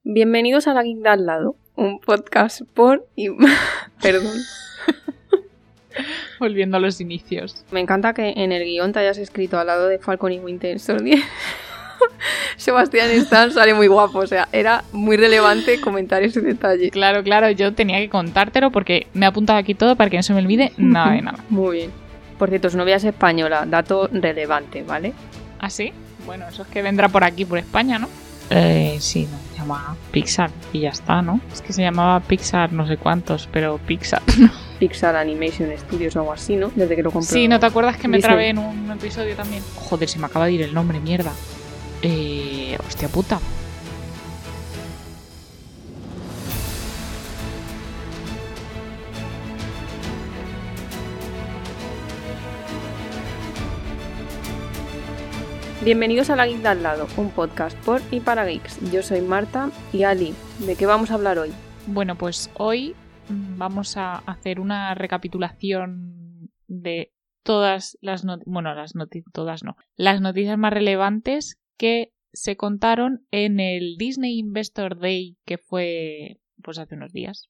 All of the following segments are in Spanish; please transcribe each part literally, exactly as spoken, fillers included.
Bienvenidos a La Guinda al Lado, un podcast por y... Perdón. Volviendo a los inicios. Me encanta que en el guión te hayas escrito al lado de Falcon y Winter Soldier. Sebastián Stan sale muy guapo, o sea, era muy relevante comentar ese detalle. Claro, claro, yo tenía que contártelo porque me he apuntado aquí todo para que no se me olvide nada de nada. Muy bien. Por cierto, su novia es española, dato relevante, ¿vale? ¿Ah, sí? Bueno, eso es que vendrá por aquí, por España, ¿no? Eh, sí, no, se llama Pixar y ya está, ¿no? Es que se llamaba Pixar no sé cuántos, pero Pixar, ¿no? Pixar Animation Studios o algo así, ¿no? Desde que lo compré. Sí, ¿no te acuerdas que me Disney. trabé en un episodio también? Joder, se me acaba de ir el nombre, mierda. Eh... Hostia puta. Bienvenidos a La Guinda al Lado, un podcast por y para geeks. Yo soy Marta y Ali. ¿De qué vamos a hablar hoy? Bueno, pues hoy vamos a hacer una recapitulación de todas las noticias, bueno, las noticias, todas no, las noticias más relevantes que se contaron en el Disney Investor Day que fue pues hace unos días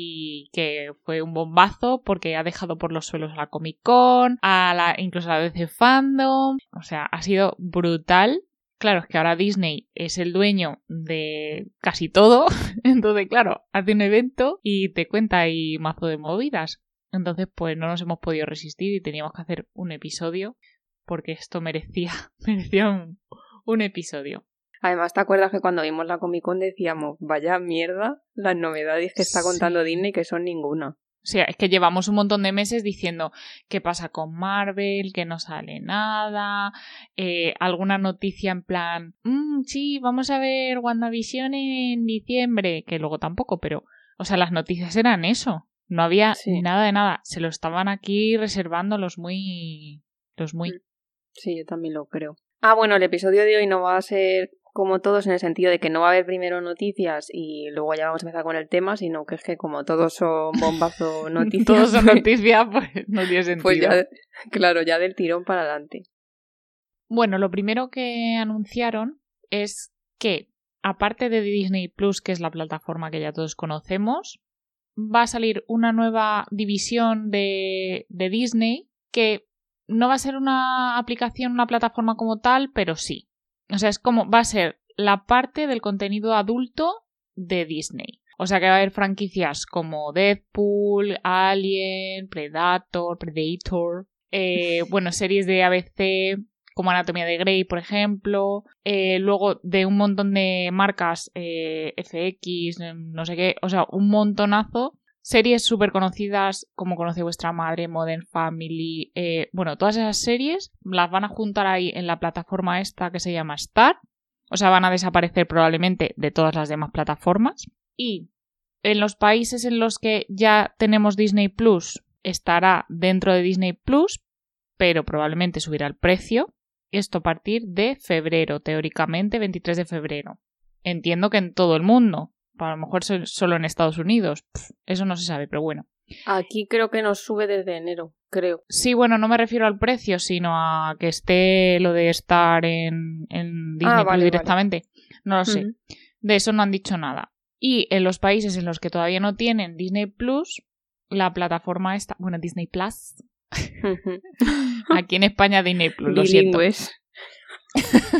y que fue un bombazo porque ha dejado por los suelos a la Comic Con, a la, incluso a la D C Fandom, o sea, ha sido brutal. Claro, es que ahora Disney es el dueño de casi todo, entonces claro, hace un evento y te cuenta ahí mazo de movidas. Entonces pues no nos hemos podido resistir y teníamos que hacer un episodio porque esto merecía, merecía un, un episodio. Además, ¿te acuerdas que cuando vimos la Comic Con decíamos, vaya mierda, las novedades que está contando Sí. Disney que son ninguna? O sea, es que llevamos un montón de meses diciendo qué pasa con Marvel, que no sale nada, eh, alguna noticia en plan, mmm, sí, vamos a ver WandaVision en diciembre, que luego tampoco, pero, o sea, las noticias eran eso, no había Sí. nada de nada, se lo estaban aquí reservando los muy, los muy... Sí, yo también lo creo. Ah, bueno, el episodio de hoy no va a ser como todos en el sentido de que no va a haber primero noticias y luego ya vamos a empezar con el tema, sino que es que como todos son bombazo noticias, Todos son pues, noticias, pues no tiene sentido. pues ya, claro, ya del tirón para adelante. Bueno, lo primero que anunciaron es que, aparte de Disney Plus, que es la plataforma que ya todos conocemos, va a salir una nueva división de, de Disney que no va a ser una aplicación, una plataforma como tal, pero sí. O sea, es como va a ser la parte del contenido adulto de Disney. O sea que va a haber franquicias como Deadpool, Alien, Predator, Predator, eh, bueno, series de A B C como Anatomía de Grey, por ejemplo, eh, luego de un montón de marcas, eh, F X, no sé qué, o sea, un montonazo. Series súper conocidas como Conoce vuestra madre, Modern Family, eh, bueno, todas esas series las van a juntar ahí en la plataforma esta que se llama Star, o sea, van a desaparecer probablemente de todas las demás plataformas. Y en los países en los que ya tenemos Disney Plus, estará dentro de Disney Plus, pero probablemente subirá el precio. Esto a partir de febrero, teóricamente veintitrés de febrero. Entiendo que en todo el mundo. A lo mejor solo en Estados Unidos. Pff, eso no se sabe, pero bueno. Aquí creo que nos sube desde enero, creo. Sí, bueno, no me refiero al precio, sino a que esté lo de estar en, en Disney Ah, Plus vale, directamente. Vale. No lo sé. Uh-huh. De eso no han dicho nada. Y en los países en los que todavía no tienen Disney Plus, la plataforma está... Bueno, Disney Plus. Uh-huh. Aquí en España Disney Plus, lo Bilingües. siento.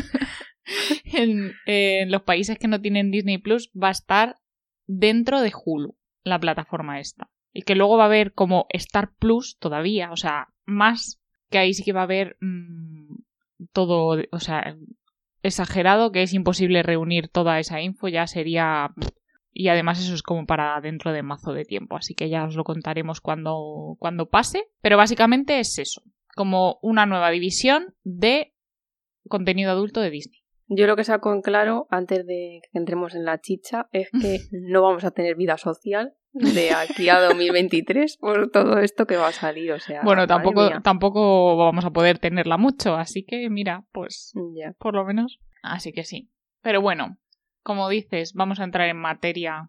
En, eh, en los países que no tienen Disney Plus va a estar dentro de Hulu, la plataforma esta. Y que luego va a haber como Star Plus todavía, o sea, más que ahí sí que va a haber mmm, todo, o sea, exagerado, que es imposible reunir toda esa info, ya sería... Y además eso es como para dentro de mazo de tiempo, así que ya os lo contaremos cuando, cuando pase. Pero básicamente es eso, como una nueva división de contenido adulto de Disney. Yo lo que saco en claro, antes de que entremos en la chicha, es que no vamos a tener vida social de aquí a dos mil veintitrés por todo esto que va a salir, o sea... Bueno, tampoco, mía. tampoco vamos a poder tenerla mucho, así que mira, pues Ya. por lo menos. Así que sí. Pero bueno, como dices, vamos a entrar en materia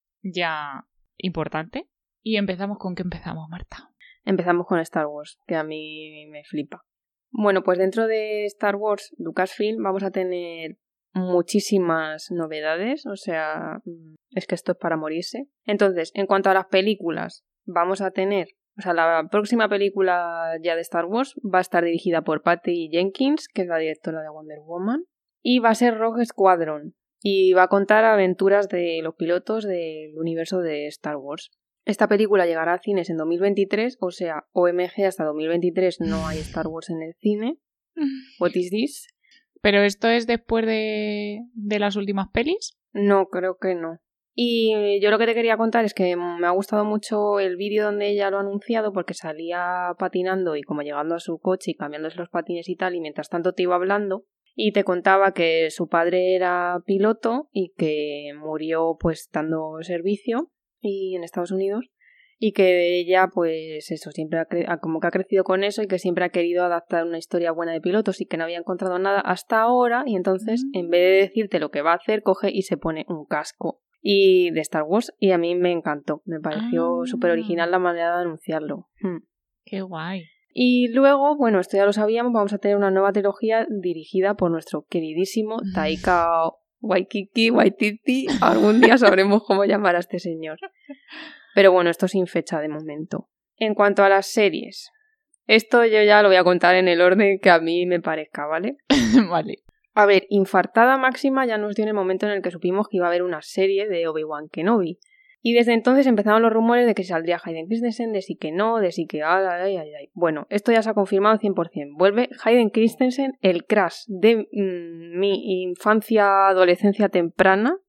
ya importante. Y empezamos con qué empezamos, Marta. Empezamos con Star Wars, que a mí me flipa. Bueno, pues dentro de Star Wars, Lucasfilm, vamos a tener muchísimas novedades, o sea, es que esto es para morirse. Entonces, en cuanto a las películas, vamos a tener, o sea, la próxima película ya de Star Wars va a estar dirigida por Patty Jenkins, que es la directora de Wonder Woman, y va a ser Rogue Squadron, y va a contar aventuras de los pilotos del universo de Star Wars. Esta película llegará a cines en dos mil veintitrés, o sea, O M G hasta dos mil veintitrés no hay Star Wars en el cine. What is this? ¿Pero esto es después de, de las últimas pelis? No, creo que no. Y yo lo que te quería contar es que me ha gustado mucho el vídeo donde ella lo ha anunciado porque salía patinando y como llegando a su coche y cambiándose los patines y tal, y mientras tanto te iba hablando y te contaba que su padre era piloto y que murió pues dando servicio y en Estados Unidos, y que ella pues eso siempre ha cre- como que ha crecido con eso y que siempre ha querido adaptar una historia buena de pilotos y que no había encontrado nada hasta ahora, y entonces mm. en vez de decirte lo que va a hacer, coge y se pone un casco y de Star Wars, y a mí me encantó, me pareció ah. súper original la manera de anunciarlo. Hmm. Qué guay. Y luego, bueno, esto ya lo sabíamos, vamos a tener una nueva trilogía dirigida por nuestro queridísimo Taika Waititi, Waititi, algún día sabremos cómo llamar a este señor. Pero bueno, esto sin fecha de momento. En cuanto a las series, esto yo ya lo voy a contar en el orden que a mí me parezca, ¿vale? Vale. A ver, infartada máxima ya nos dio en el momento en el que supimos que iba a haber una serie de Obi-Wan Kenobi. Y desde entonces empezaron los rumores de que saldría Hayden Christensen, de sí que no, de sí que... Ay, ay, ay, ay. Bueno, esto ya se ha confirmado cien por ciento. Vuelve Hayden Christensen, el crush de mmm, mi infancia, adolescencia temprana,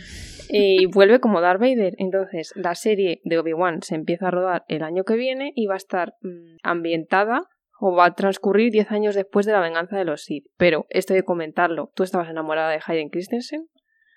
y vuelve como Darth Vader. Entonces, la serie de Obi-Wan se empieza a rodar el año que viene y va a estar mmm, ambientada o va a transcurrir diez años después de la venganza de los Sith. Pero esto de comentarlo, ¿tú estabas enamorada de Hayden Christensen?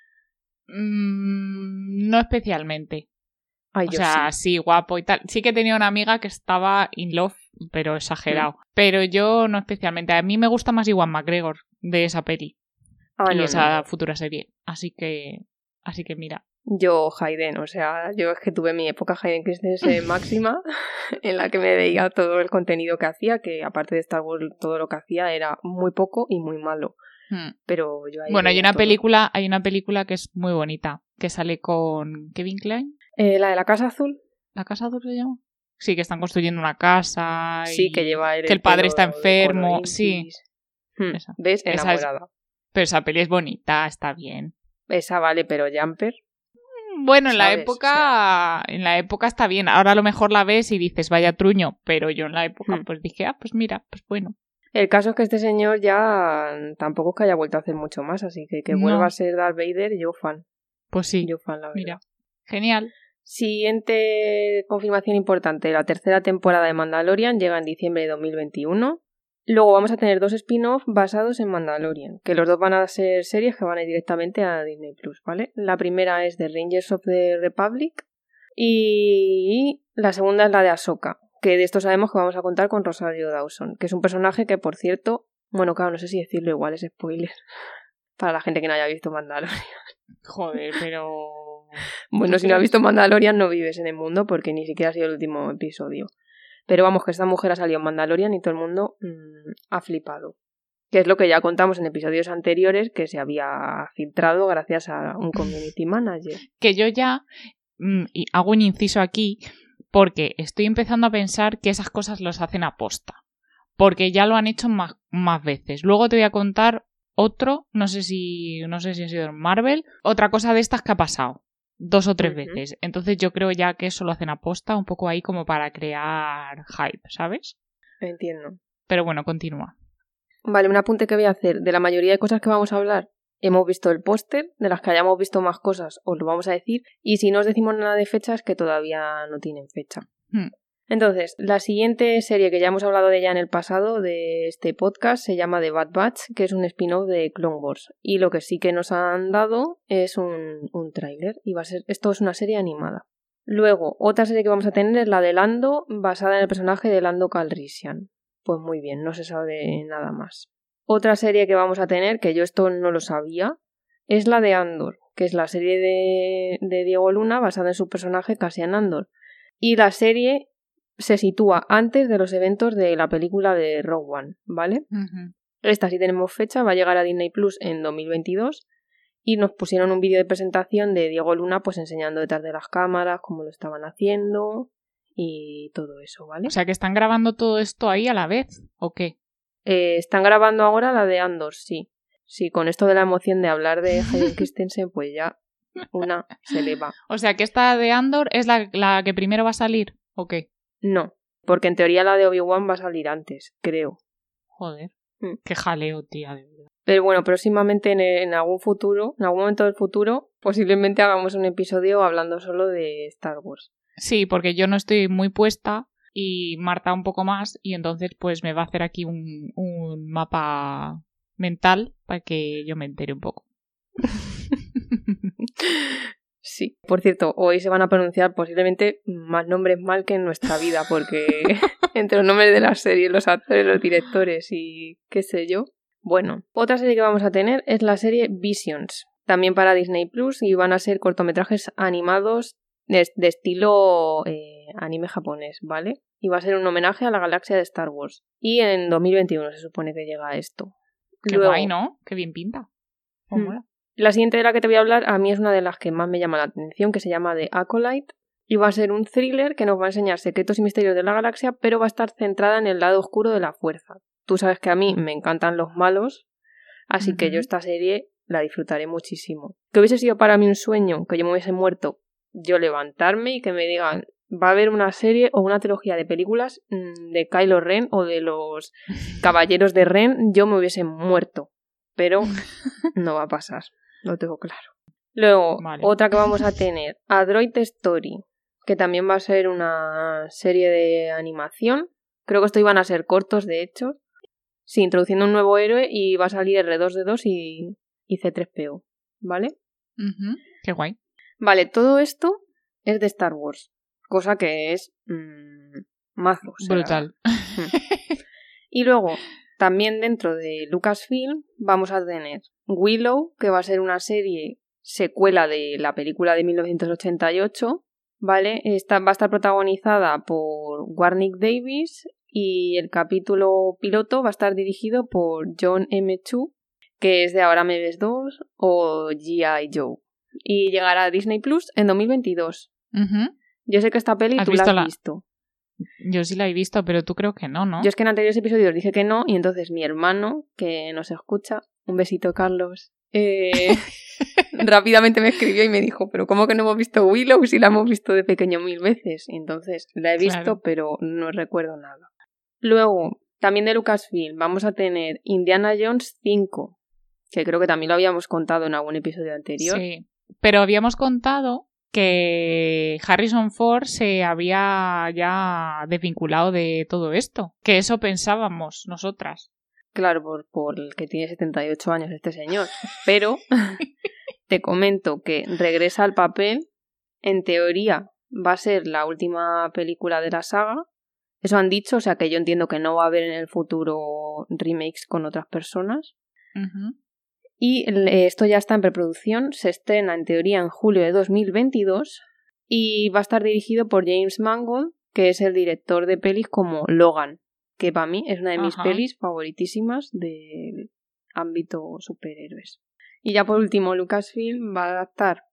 Mm, no especialmente. Ay, o yo sea, sí. sí, guapo y tal. Sí que tenía una amiga que estaba in love, pero exagerado. Mm. Pero yo no especialmente. A mí me gusta más Ewan McGregor de esa peli ah, y no, esa no. futura serie. Así que, así que mira. Yo Hayden, o sea, yo es que tuve mi época Hayden Christensen máxima en la que me veía todo el contenido que hacía, que aparte de Star Wars todo lo que hacía era muy poco y muy malo. Hmm. Pero yo ahí bueno, hay una todo. película, hay una película que es muy bonita, que sale con Kevin Kline. Eh, la de la Casa Azul. ¿La Casa Azul se llama? Sí, que están construyendo una casa. Sí, y que lleva el que el padre está enfermo. Sí. Hmm. Esa. ¿Ves? Enamorada. Esa es... Pero esa peli es bonita, está bien. Esa vale, pero Jumper. Bueno, en la época, o sea... en la época está bien. Ahora a lo mejor la ves y dices, vaya truño, pero yo en la época hmm. pues dije, ah, pues mira, pues bueno. El caso es que este señor ya tampoco es que haya vuelto a hacer mucho más, así que que no. vuelva a ser Darth Vader, yo fan. Pues sí. Yo fan, la verdad. Mira, genial. Siguiente confirmación importante, la tercera temporada de Mandalorian llega en diciembre de dos mil veintiuno. Luego vamos a tener dos spin-off basados en Mandalorian, que los dos van a ser series que van a ir directamente a Disney Plus, ¿vale? La primera es de Rangers of the Republic y la segunda es la de Ahsoka, que de esto sabemos que vamos a contar con Rosario Dawson, que es un personaje que, por cierto, bueno, claro, no sé si decirlo, igual es spoiler para la gente que no haya visto Mandalorian. Joder, pero... bueno, si no has visto Mandalorian no vives en el mundo porque ni siquiera ha sido el último episodio. Pero vamos, que esta mujer ha salido en Mandalorian y todo el mundo mmm, ha flipado. Que es lo que ya contamos en episodios anteriores, que se había filtrado gracias a un community manager. Que yo ya mmm, y hago un inciso aquí porque estoy empezando a pensar que esas cosas los hacen a posta. Porque ya lo han hecho más, más veces. Luego te voy a contar otro, no sé si no sé si ha sido en Marvel, otra cosa de estas que ha pasado. Dos o tres uh-huh. veces. Entonces yo creo ya que eso lo hacen a posta, un poco ahí como para crear hype, ¿sabes? Entiendo. Pero bueno, continúa. Vale, un apunte que voy a hacer. De la mayoría de cosas que vamos a hablar, hemos visto el póster. De las que hayamos visto más cosas, os lo vamos a decir. Y si no os decimos nada de fechas, que todavía no tienen fecha. Hmm. Entonces, la siguiente serie que ya hemos hablado de ella en el pasado de este podcast se llama The Bad Batch, que es un spin-off de Clone Wars. Y lo que sí que nos han dado es un, un tráiler. Y va a ser, esto es una serie animada. Luego, otra serie que vamos a tener es la de Lando, basada en el personaje de Lando Calrissian. Pues muy bien, no se sabe nada más. Otra serie que vamos a tener, que yo esto no lo sabía, es la de Andor, que es la serie de, de Diego Luna basada en su personaje Cassian Andor. Y la serie se sitúa antes de los eventos de la película de Rogue One, ¿vale? Uh-huh. Esta sí tenemos fecha, va a llegar a Disney Plus en dos mil veintidós y nos pusieron un vídeo de presentación de Diego Luna pues enseñando detrás de las cámaras cómo lo estaban haciendo y todo eso, ¿vale? O sea, que están grabando todo esto ahí a la vez, ¿o qué? Eh, están grabando ahora la de Andor, sí. Sí, con esto de la emoción de hablar de Hayden Christensen, pues ya una se le va. O sea, que esta de Andor es la, la que primero va a salir, ¿o qué? No, porque en teoría la de Obi-Wan va a salir antes, creo. Joder, mm. qué jaleo, tía, de verdad. Pero bueno, próximamente en, en algún futuro, en algún momento del futuro, posiblemente hagamos un episodio hablando solo de Star Wars. Sí, porque yo no estoy muy puesta y Marta un poco más, y entonces pues me va a hacer aquí un, un mapa mental para que yo me entere un poco. Sí, por cierto, hoy se van a pronunciar posiblemente más nombres mal que en nuestra vida, porque entre los nombres de las series, los actores, los directores y qué sé yo. Bueno, otra serie que vamos a tener es la serie Visions, también para Disney Plus, y van a ser cortometrajes animados de, de estilo eh, anime japonés, ¿vale? Y va a ser un homenaje a la galaxia de Star Wars. Y en dos mil veintiuno se supone que llega esto. Qué Luego, guay, ¿no? Qué bien pinta. Oh, hmm. mola. La siguiente de la que te voy a hablar a mí es una de las que más me llama la atención, que se llama The Acolyte, y va a ser un thriller que nos va a enseñar secretos y misterios de la galaxia, pero va a estar centrada en el lado oscuro de la fuerza. Tú sabes que a mí me encantan los malos, así uh-huh. que yo esta serie la disfrutaré muchísimo. Que hubiese sido para mí un sueño, que yo me hubiese muerto, yo levantarme y que me digan, va a haber una serie o una trilogía de películas de Kylo Ren o de los Caballeros de Ren, yo me hubiese muerto, pero no va a pasar. Lo tengo claro. Luego, vale. Otra que vamos a tener, Android Story, que también va a ser una serie de animación. Creo que esto iban a ser cortos, de hecho. Sí, introduciendo un nuevo héroe y va a salir R dos D dos y, y C tres P O, ¿vale? Uh-huh. Qué guay. Vale, todo esto es de Star Wars, cosa que es mmm, mazo. O sea, brutal. Y luego, también dentro de Lucasfilm vamos a tener Willow, que va a ser una serie secuela de la película de mil novecientos ochenta y ocho, ¿vale? Esta va a estar protagonizada por Warwick Davis y el capítulo piloto va a estar dirigido por John M. Chu, que es de Ahora me ves dos o G I Joe. Y llegará a Disney Plus en dos mil veintidós. Uh-huh. Yo sé que esta peli tú la has la... visto. Yo sí la he visto, pero tú creo que no, ¿no? Yo es que en anteriores episodios dije que no, y entonces mi hermano, que nos escucha, un besito Carlos, eh, rápidamente me escribió y me dijo, pero ¿cómo que no hemos visto Willow si la hemos visto de pequeño mil veces? Y entonces la he visto, claro. Pero no recuerdo nada. Luego, también de Lucasfilm, vamos a tener Indiana Jones cinco, que creo que también lo habíamos contado en algún episodio anterior. Sí, pero habíamos contado que Harrison Ford se había ya desvinculado de todo esto, que eso pensábamos nosotras. Claro, por, por el que tiene setenta y ocho años este señor, pero te comento que regresa al papel, en teoría va a ser la última película de la saga, eso han dicho, o sea que yo entiendo que no va a haber en el futuro remakes con otras personas. Uh-huh. Y esto ya está en preproducción, se estrena en teoría en julio de dos mil veintidós y va a estar dirigido por James Mangold, que es el director de pelis como Logan, que para mí es una de mis Ajá. pelis favoritísimas del ámbito superhéroes. Y ya por último, Lucasfilm va a adaptar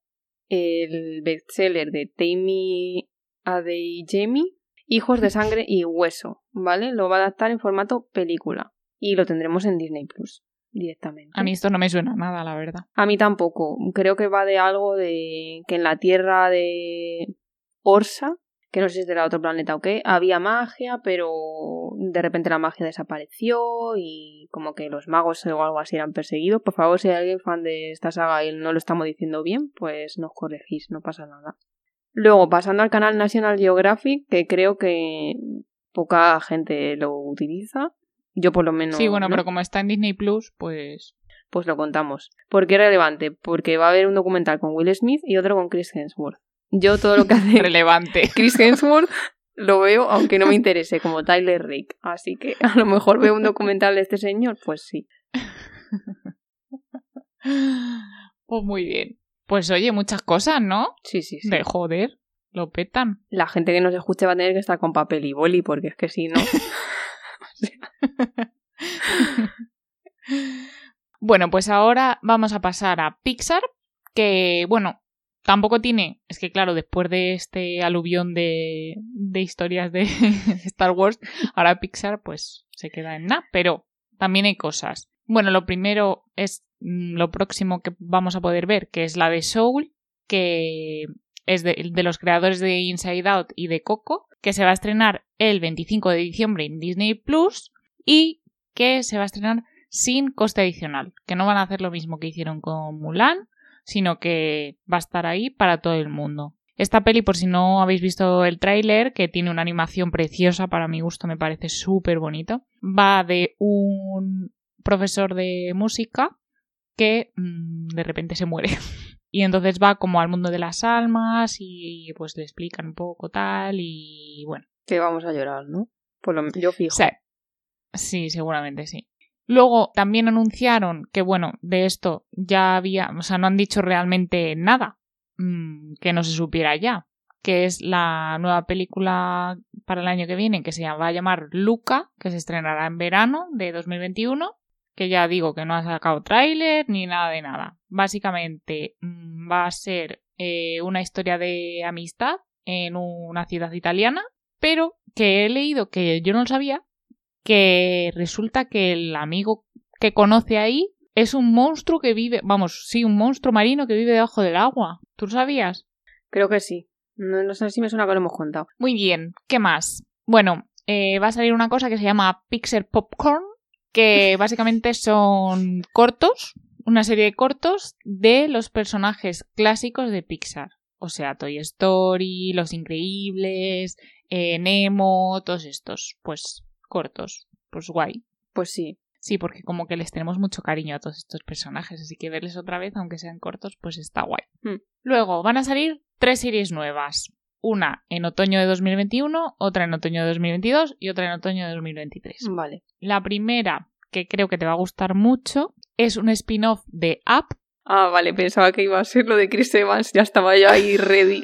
el bestseller de Tammy Adeyemi, Hijos de Sangre y Hueso, ¿vale? Lo va a adaptar en formato película y lo tendremos en Disney Plus. Directamente. A mí esto no me suena nada, la verdad. A mí tampoco. Creo que va de algo de que en la tierra de Orsa, que no sé si es de la otro planeta o qué, había magia, pero de repente la magia desapareció y como que los magos o algo así eran perseguidos. Por favor, si hay alguien fan de esta saga y no lo estamos diciendo bien, pues nos corregís, no pasa nada. Luego, pasando al canal National Geographic, que creo que poca gente lo utiliza. Yo por lo menos... Sí, bueno, ¿no? Pero como está en Disney Plus, pues... Pues lo contamos. ¿Por qué es relevante? Porque va a haber un documental con Will Smith y otro con Chris Hemsworth. Yo todo lo que hace... relevante. Chris Hemsworth lo veo, aunque no me interese, como Tyler Rake. Así que a lo mejor veo un documental de este señor, pues sí. Pues muy bien. Pues oye, muchas cosas, ¿no? Sí, sí, sí. De joder, lo petan. La gente que nos escuche va a tener que estar con papel y boli, porque es que si no... Bueno, pues ahora vamos a pasar a Pixar, que, bueno, tampoco tiene... Es que, claro, después de este aluvión de, de historias de Star Wars, ahora Pixar, pues, se queda en nada, pero también hay cosas. Bueno, lo primero es lo próximo que vamos a poder ver, que es la de Soul, que es de, de los creadores de Inside Out y de Coco, que se va a estrenar el veinticinco de diciembre en Disney Plus y que se va a estrenar sin coste adicional, que no van a hacer lo mismo que hicieron con Mulan, sino que va a estar ahí para todo el mundo. Esta peli, por si no habéis visto el tráiler, que tiene una animación preciosa, para mi gusto me parece súper bonito, va de un profesor de música que mmm, de repente se muere. Y entonces va como al mundo de las almas y pues le explican un poco tal y bueno. Que vamos a llorar, ¿no? Por lo yo fijo. Sí, sí, seguramente sí. Luego también anunciaron que, bueno, de esto ya había, o sea, no han dicho realmente nada mmm, que no se supiera ya, que es la nueva película para el año que viene que se va a llamar Luca, que se estrenará en verano de dos mil veintiuno, que ya digo que no ha sacado tráiler ni nada de nada. Básicamente mmm, va a ser eh, una historia de amistad en una ciudad italiana, pero que he leído que yo no lo sabía, que resulta que el amigo que conoce ahí es un monstruo que vive, vamos, sí, un monstruo marino que vive debajo del agua. ¿Tú lo sabías? Creo que sí. No, no sé si me suena que lo hemos contado. Muy bien. ¿Qué más? Bueno, eh, va a salir una cosa que se llama Pixar Popcorn, que básicamente son cortos, una serie de cortos de los personajes clásicos de Pixar. O sea, Toy Story, Los Increíbles, eh, Nemo, todos estos, pues cortos. Pues guay. Pues sí. Sí, porque como que les tenemos mucho cariño a todos estos personajes, así que verles otra vez, aunque sean cortos, pues está guay. Mm. Luego van a salir tres series nuevas. Una en otoño de dos mil veintiuno, otra en otoño de dos mil veintidós y otra en otoño de dos mil veintitrés. Vale. La primera, que creo que te va a gustar mucho, es un spin-off de Up. Ah, vale, pensaba que iba a ser lo de Chris Evans, ya estaba yo ahí ready.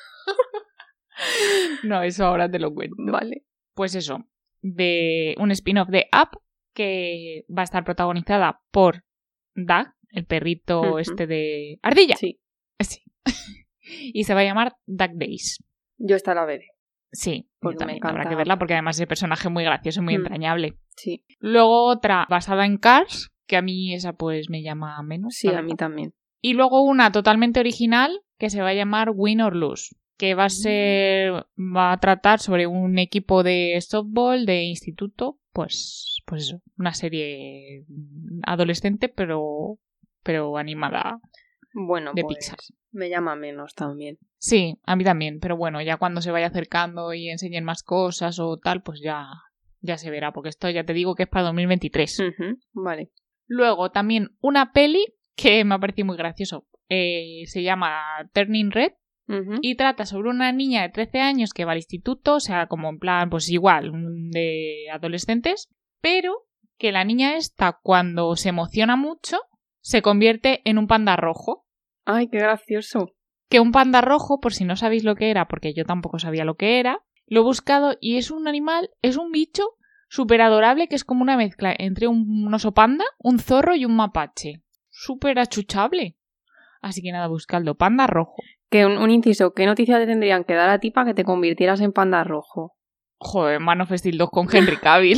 No, eso ahora te lo cuento. Vale. Pues eso, de un spin-off de Up que va a estar protagonizada por Doug, el perrito uh-huh. este de ardilla. Sí. Sí. Y se va a llamar Duck Days. Yo esta la veré. Sí, porque yo también. Me encanta. Habrá que verla porque además ese personaje es muy gracioso y muy mm. entrañable. Sí. Luego otra basada en Cars, que a mí esa pues me llama menos. Sí, a mí también. Y luego una totalmente original que se va a llamar Win or Lose, que va a ser, va a tratar sobre un equipo de softball de instituto, pues, pues eso, una serie adolescente pero, pero animada. Bueno, de pues Pixar. Me llama menos también. Sí, a mí también, pero bueno, ya cuando se vaya acercando y enseñen más cosas o tal, pues ya, ya se verá, porque esto ya te digo que es para dos mil veintitrés. Uh-huh. Vale. Luego también una peli que me ha parecido muy gracioso, eh, se llama Turning Red. Uh-huh. Y trata sobre una niña de trece años que va al instituto, o sea, como en plan, pues igual, de adolescentes, pero que la niña esta, cuando se emociona mucho, se convierte en un panda rojo. ¡Ay, qué gracioso! Que un panda rojo, por si no sabéis lo que era, porque yo tampoco sabía lo que era, lo he buscado y es un animal, es un bicho súper adorable que es como una mezcla entre un oso panda, un zorro y un mapache. Súper achuchable. Así que nada, buscadlo, panda rojo. Que un, un inciso, ¿qué noticia te tendrían que dar a ti para que te convirtieras en panda rojo? Joder, Man of Steel dos con Henry Cavill.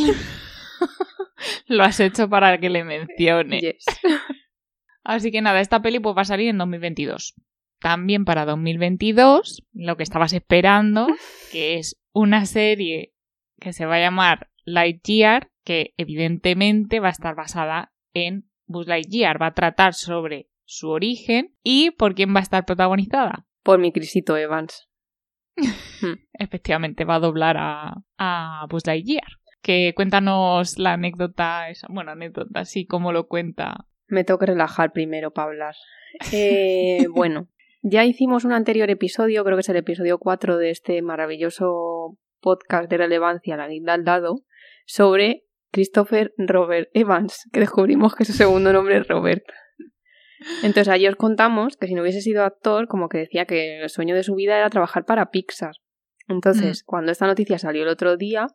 Lo has hecho para que le mencione. Yes. Así que nada, esta peli pues va a salir en dos mil veintidós. También para dos mil veintidós, lo que estabas esperando, que es una serie que se va a llamar Lightyear, que evidentemente va a estar basada en Buzz Lightyear. Va a tratar sobre su origen y por quién va a estar protagonizada. Por mi Chrisito Evans. Efectivamente, va a doblar a, a Buzz Lightyear. Que cuéntanos la anécdota, esa, bueno, anécdota, sí, cómo lo cuenta. Me tengo que relajar primero para hablar. Eh, bueno, ya hicimos un anterior episodio, creo que es el episodio cuatro de este maravilloso podcast de relevancia, La Guinda al Dado, sobre Christopher Robert Evans, que descubrimos que su segundo nombre es Robert. Entonces ayer os contamos que si no hubiese sido actor, como que decía que el sueño de su vida era trabajar para Pixar. Entonces, mm. cuando esta noticia salió el otro día,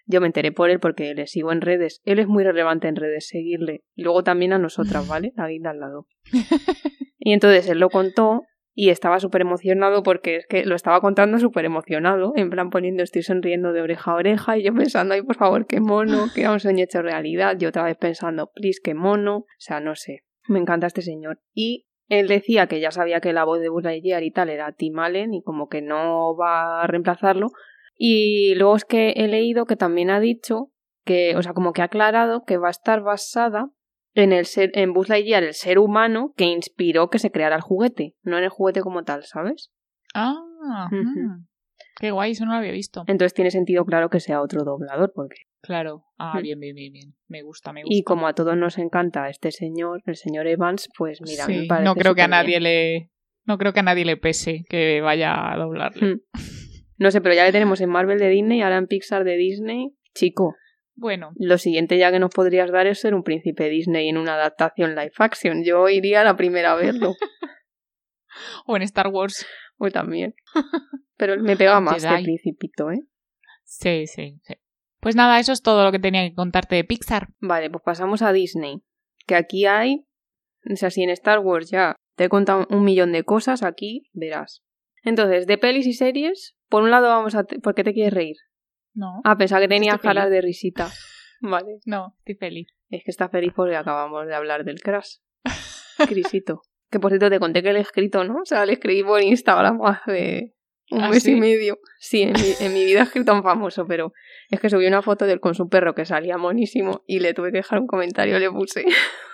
Yo me enteré por él porque le sigo en redes. Él es muy relevante en redes, seguirle. Y luego también a nosotras, ¿vale? La guinda al lado. Y entonces él lo contó y estaba súper emocionado porque es que lo estaba contando súper emocionado. En plan poniendo, estoy sonriendo de oreja a oreja y yo pensando, ay, por favor, qué mono, que era un sueño hecho realidad. Yo otra vez pensando, please, qué mono. O sea, no sé. Me encanta este señor. Y él decía que ya sabía que la voz de Buzz Lightyear y tal era Tim Allen y como que no va a reemplazarlo. Y luego es que he leído que también ha dicho que, o sea, como que ha aclarado que va a estar basada en el ser, en Buzz Lightyear, el ser humano que inspiró que se creara el juguete, no en el juguete como tal, ¿sabes? Ah, Uh-huh. mm, qué guay, eso no lo había visto. Entonces tiene sentido, claro, que sea otro doblador, porque... Claro, ah, Mm. bien, bien, bien, bien. Me gusta, me gusta. Y como a todos nos encanta este señor, el señor Evans, pues mira, sí, me parece no creo que a superbién. nadie le, no creo que a nadie le pese que vaya a doblarle. Mm. No sé, pero ya le tenemos en Marvel de Disney, ahora en Pixar de Disney. Chico, Bueno, lo siguiente ya que nos podrías dar es ser un príncipe Disney en una adaptación live action. Yo iría a la primera a verlo. o en Star Wars. O también. Pero me pega más Jedi. que Principito, ¿eh? Sí, sí, sí. Pues nada, eso es todo lo que tenía que contarte de Pixar. Vale, pues pasamos a Disney. Que aquí hay... O sea, si en Star Wars ya te he contado un millón de cosas, aquí verás. Entonces, de pelis y series, por un lado vamos a... Te... ¿Por qué te quieres reír? No. Ah, pensaba que tenías Estoy caras feliz. de risita. Vale. No, estoy feliz. Es que está feliz porque acabamos de hablar del Crash. Crisito. Que por cierto te conté que le he escrito, ¿no? O sea, le escribí por Instagram hace un ¿Ah, mes sí? y medio. Sí, en mi, en mi vida he escrito a un famoso, pero es que subí una foto de él con su perro que salía monísimo y le tuve que dejar un comentario, le puse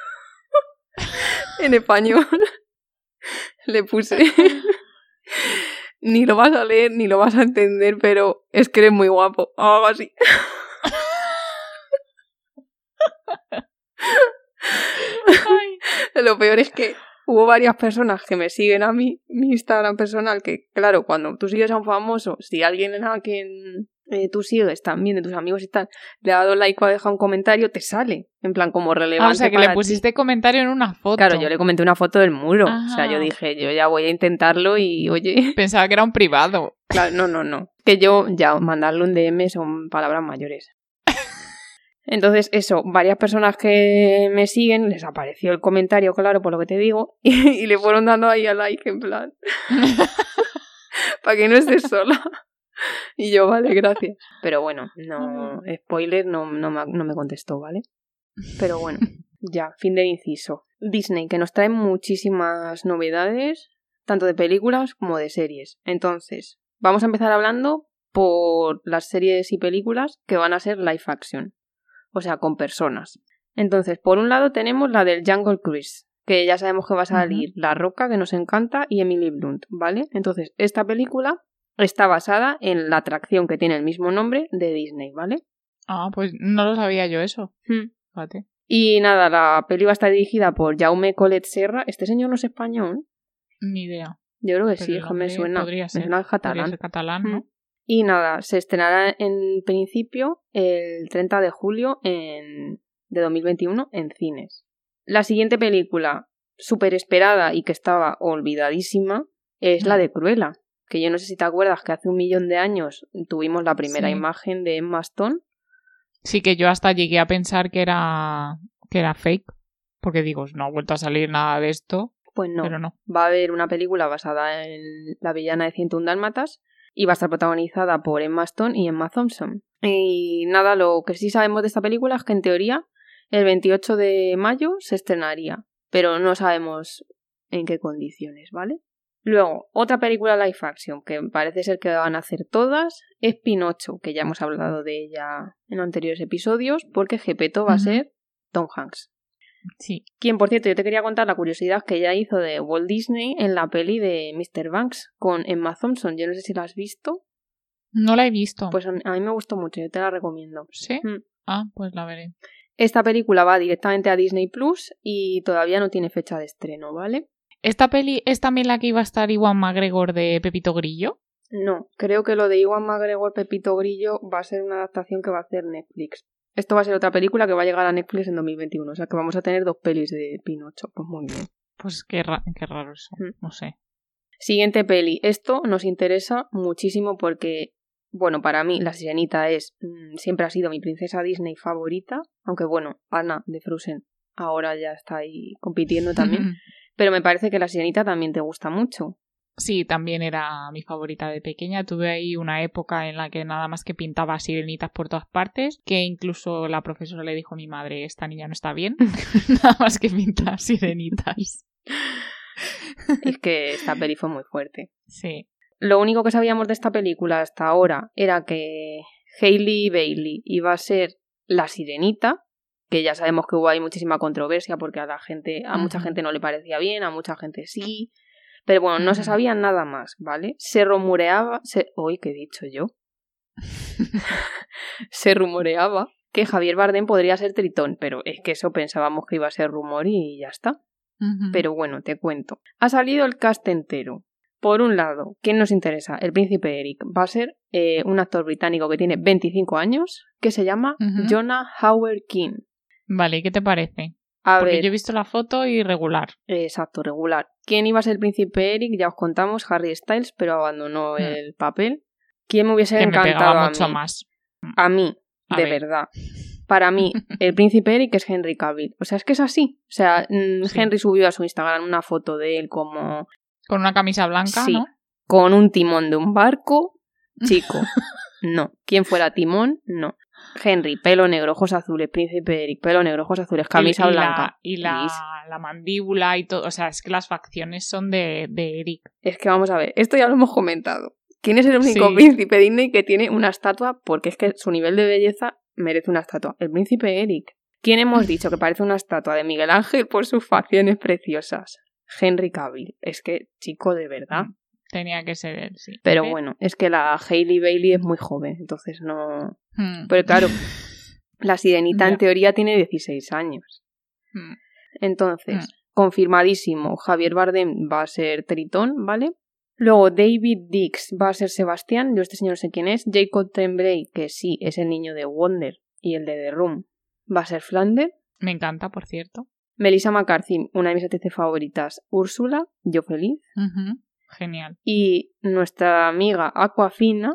en español. Le puse ni lo vas a leer ni lo vas a entender, pero es que eres muy guapo. O algo así. Ay. Lo peor es que hubo varias personas que me siguen a mí, mi Instagram personal, que claro, cuando tú sigues a un famoso, si alguien a quien eh, tú sigues también, de tus amigos y tal, le ha dado like o ha dejado un comentario, te sale, en plan como relevante. Ah, o sea, que para le pusiste ti. comentario en una foto. Claro, yo le comenté una foto del muro. Ajá. O sea, yo dije, yo ya voy a intentarlo y, oye... Pensaba que era un privado. Claro, no, no, no. Que yo, ya, mandarle un D M son palabras mayores. Entonces, eso, varias personas que me siguen, les apareció el comentario, claro, por lo que te digo, y, y le fueron dando ahí a like, en plan, para que no estés sola. Y yo, vale, gracias. Pero bueno, no, spoiler, no, no, me, no me contestó, ¿vale? Pero bueno, ya, fin del inciso. Disney, que nos trae muchísimas novedades, tanto de películas como de series. Entonces, vamos a empezar hablando por las series y películas que van a ser live action. O sea, con personas. Entonces, por un lado tenemos la del Jungle Cruise, que ya sabemos que va a salir uh-huh. La Roca, que nos encanta, y Emily Blunt, ¿vale? Entonces, esta película está basada en la atracción que tiene el mismo nombre de Disney, ¿vale? Ah, pues no lo sabía yo eso. Hmm. Fíjate. Y nada, la peli va a estar dirigida por Jaume Collet Serra. ¿Este señor no es español? Ni idea. Yo creo que Pero sí, hijo, me suena. Podría ser. Me suena catalán. Podría ser catalán, ¿no? Hmm. Y nada, se estrenará en principio el treinta de julio en, de dos mil veintiuno en cines. La siguiente película, súper esperada y que estaba olvidadísima, es mm. la de Cruella. Que yo no sé si te acuerdas que hace un millón de años tuvimos la primera sí. imagen de Emma Stone. Sí, que yo hasta llegué a pensar que era, que era fake. Porque digo, no ha vuelto a salir nada de esto. Pues no. Pero no. Va a haber una película basada en la villana de ciento uno Dálmatas. Y va a estar protagonizada por Emma Stone y Emma Thompson. Y nada, lo que sí sabemos de esta película es que en teoría el veintiocho de mayo se estrenaría. Pero no sabemos en qué condiciones, ¿vale? Luego, otra película live action que parece ser que van a hacer todas es Pinocho, que ya hemos hablado de ella en anteriores episodios, porque Gepetto va uh-huh. a ser Tom Hanks. Sí. Quien, por cierto, yo te quería contar la curiosidad que ella hizo de Walt Disney en la peli de mister Banks con Emma Thompson. Yo no sé si la has visto. No la he visto. Pues a mí, a mí me gustó mucho, yo te la recomiendo. ¿Sí? Mm. Ah, pues la veré. Esta película va directamente a Disney Plus y todavía no tiene fecha de estreno, ¿vale? ¿Esta peli es también la que iba a estar Ewan McGregor de Pepito Grillo? No, creo que lo de Ewan McGregor Pepito Grillo va a ser una adaptación que va a hacer Netflix. Esto va a ser otra película que va a llegar a Netflix en dos mil veintiuno. O sea que vamos a tener dos pelis de Pinocho. Pues muy bien. Pues qué, ra- qué raro eso. Mm. No sé. Siguiente peli. Esto nos interesa muchísimo porque bueno, para mí La Sirenita es mmm, siempre ha sido mi princesa Disney favorita, aunque bueno, Anna de Frozen ahora ya está ahí compitiendo también, pero me parece que La Sirenita también te gusta mucho. Sí, también era mi favorita de pequeña. Tuve ahí una época en la que nada más que pintaba sirenitas por todas partes, que incluso la profesora le dijo a mi madre, esta niña no está bien, nada más que pintar sirenitas. Es que esta peli fue muy fuerte. Sí. Lo único que sabíamos de esta película hasta ahora era que Hailey Bailey iba a ser la sirenita, que ya sabemos que hubo ahí muchísima controversia porque a la gente, a uh-huh. mucha gente no le parecía bien, a mucha gente sí. Pero bueno, no uh-huh. se sabía nada más, ¿vale? Se rumoreaba... Se... Uy, ¿qué he dicho yo? Se rumoreaba que Javier Bardem podría ser Tritón, pero es que eso pensábamos que iba a ser rumor y ya está. Uh-huh. Pero bueno, te cuento. Ha salido el cast entero. Por un lado, ¿quién nos interesa? El príncipe Eric. Va a ser eh, un actor británico que tiene veinticinco años, que se llama uh-huh. Jonah Howard King. Vale, ¿y qué te parece? A Porque ver, yo he visto la foto y regular. Exacto, regular. ¿Quién iba a ser el príncipe Eric? Ya os contamos, Harry Styles, pero abandonó hmm. el papel. ¿Quién me hubiese que encantado me pegaba a mucho mí? más. A mí, a de ver. verdad. Para mí, el príncipe Eric es Henry Cavill. O sea, es que es así. O sea, sí. Henry subió a su Instagram una foto de él como... Con una camisa blanca, sí, ¿no? Con un timón de un barco. Chico, no. ¿Quién fuera timón? No. Henry, pelo negro, ojos azules, príncipe Eric, pelo negro, ojos azules, camisa y, y blanca. La, y la, la mandíbula y todo. O sea, es que las facciones son de, de Eric. Es que vamos a ver, esto ya lo hemos comentado. ¿Quién es el único sí. príncipe Disney que tiene una estatua? Porque es que su nivel de belleza merece una estatua. El príncipe Eric. ¿Quién hemos dicho que parece una estatua de Miguel Ángel por sus facciones preciosas? Henry Cavill. Es que, chico, de verdad. Tenía que ser él, sí. Pero ¿Eh? bueno, es que la Hailey Bailey es muy joven, entonces no... Hmm. Pero claro, la sirenita en teoría tiene dieciséis años. Hmm. Entonces, hmm. confirmadísimo, Javier Bardem va a ser Tritón, ¿vale? Luego David Dix va a ser Sebastián, yo este señor no sé quién es. Jacob Tremblay, que sí, es el niño de Wonder y el de The Room, va a ser Flander. Me encanta, por cierto. Melissa McCarthy, una de mis actrices favoritas, Úrsula, yo feliz. Uh-huh. Genial. Y nuestra amiga Aquafina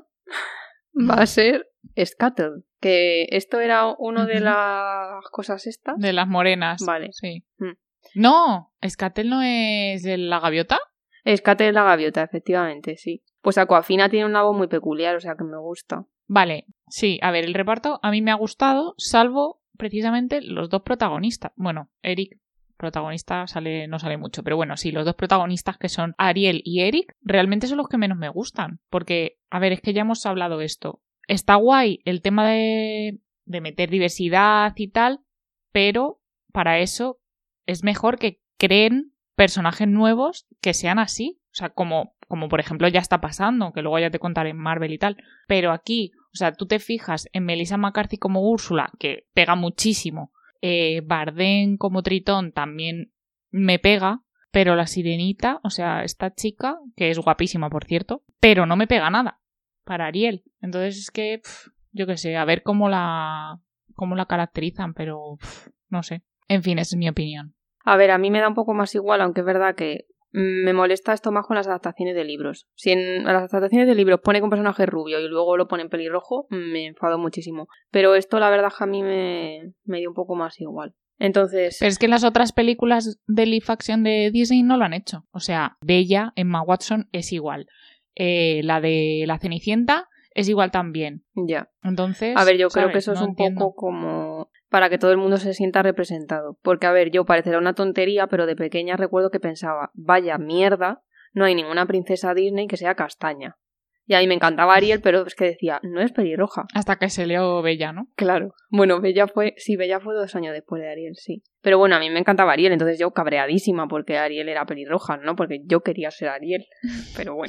va a ser Scuttle, que esto era uno uh-huh. de las cosas estas. De las morenas. Vale. Sí. Mm. No, Scuttle no es de la gaviota. Scuttle es la gaviota, efectivamente, sí. Pues Aquafina tiene una voz muy peculiar, o sea que me gusta. Vale, sí, a ver, el reparto a mí me ha gustado, salvo precisamente los dos protagonistas. Bueno, Eric... protagonista sale no sale mucho, pero bueno, sí, los dos protagonistas que son Ariel y Eric realmente son los que menos me gustan, porque, a ver, es que ya hemos hablado esto. Está guay el tema de, de meter diversidad y tal, pero para eso es mejor que creen personajes nuevos que sean así, o sea, como, como por ejemplo ya está pasando, que luego ya te contaré en Marvel y tal, pero aquí, o sea, tú te fijas en Melissa McCarthy como Úrsula, que pega muchísimo. Eh, Bardem como Tritón también me pega, pero la sirenita, o sea, esta chica, que es guapísima por cierto, pero no me pega nada para Ariel. Entonces es que, pff, yo qué sé, a ver cómo la cómo la caracterizan, pero pff, no sé. En fin, esa es mi opinión. A ver, a mí me da un poco más igual, aunque es verdad que me molesta esto más con las adaptaciones de libros. Si en las adaptaciones de libros pone que un personaje rubio y luego lo pone en pelirrojo, me enfado muchísimo. Pero esto la verdad que a mí me, me dio un poco más igual. Entonces... Pero es que las otras películas de live action de Disney no lo han hecho. O sea, Bella, Emma Watson es igual. Eh, la de La Cenicienta es igual también. Ya. Entonces... A ver, yo creo ¿sabes? que eso no es un entiendo. poco como... para que todo el mundo se sienta representado. Porque, a ver, yo parecerá una tontería, pero de pequeña recuerdo que pensaba, vaya mierda, no hay ninguna princesa Disney que sea castaña. Y a mí me encantaba Ariel, pero es que decía, no es pelirroja. Hasta que se leo Bella, ¿no? Claro. Bueno, Bella fue, sí, Bella fue dos años después de Ariel, sí. Pero bueno, a mí me encantaba Ariel, entonces yo cabreadísima porque Ariel era pelirroja, ¿no? Porque yo quería ser Ariel. Pero bueno.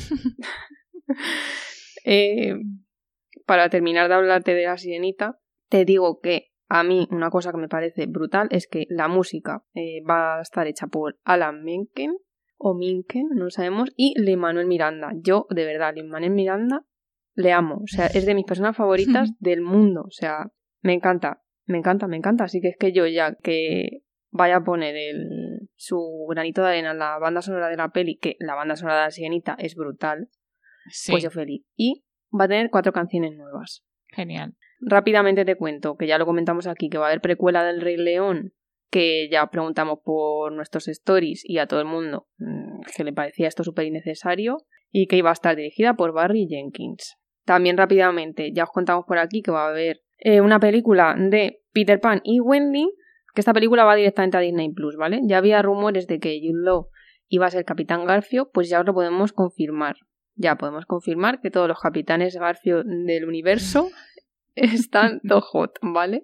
eh, para terminar de hablarte de la sirenita, te digo que a mí una cosa que me parece brutal es que la música eh, va a estar hecha por Alan Menken o Minken, no lo sabemos, y Lin-Manuel Miranda. Yo, de verdad, Lin-Manuel Miranda le amo, o sea, es de mis personas favoritas del mundo, o sea, me encanta, me encanta, me encanta, así que es que yo ya que vaya a poner el, su granito de arena en la banda sonora de la peli, que la banda sonora de la Sirenita es brutal, sí. Pues yo feliz. Y va a tener cuatro canciones nuevas. Genial. Rápidamente te cuento, que ya lo comentamos aquí, que va a haber precuela del Rey León, que ya preguntamos por nuestros stories y a todo el mundo mmm, que le parecía esto súper innecesario, y que iba a estar dirigida por Barry Jenkins. También rápidamente, ya os contamos por aquí que va a haber eh, una película de Peter Pan y Wendy, que esta película va directamente a Disney Plus, ¿vale? Ya había rumores de que Jude Law iba a ser Capitán Garfio, pues ya os lo podemos confirmar. Ya podemos confirmar que todos los capitanes Garfio del universo están todo hot, ¿vale?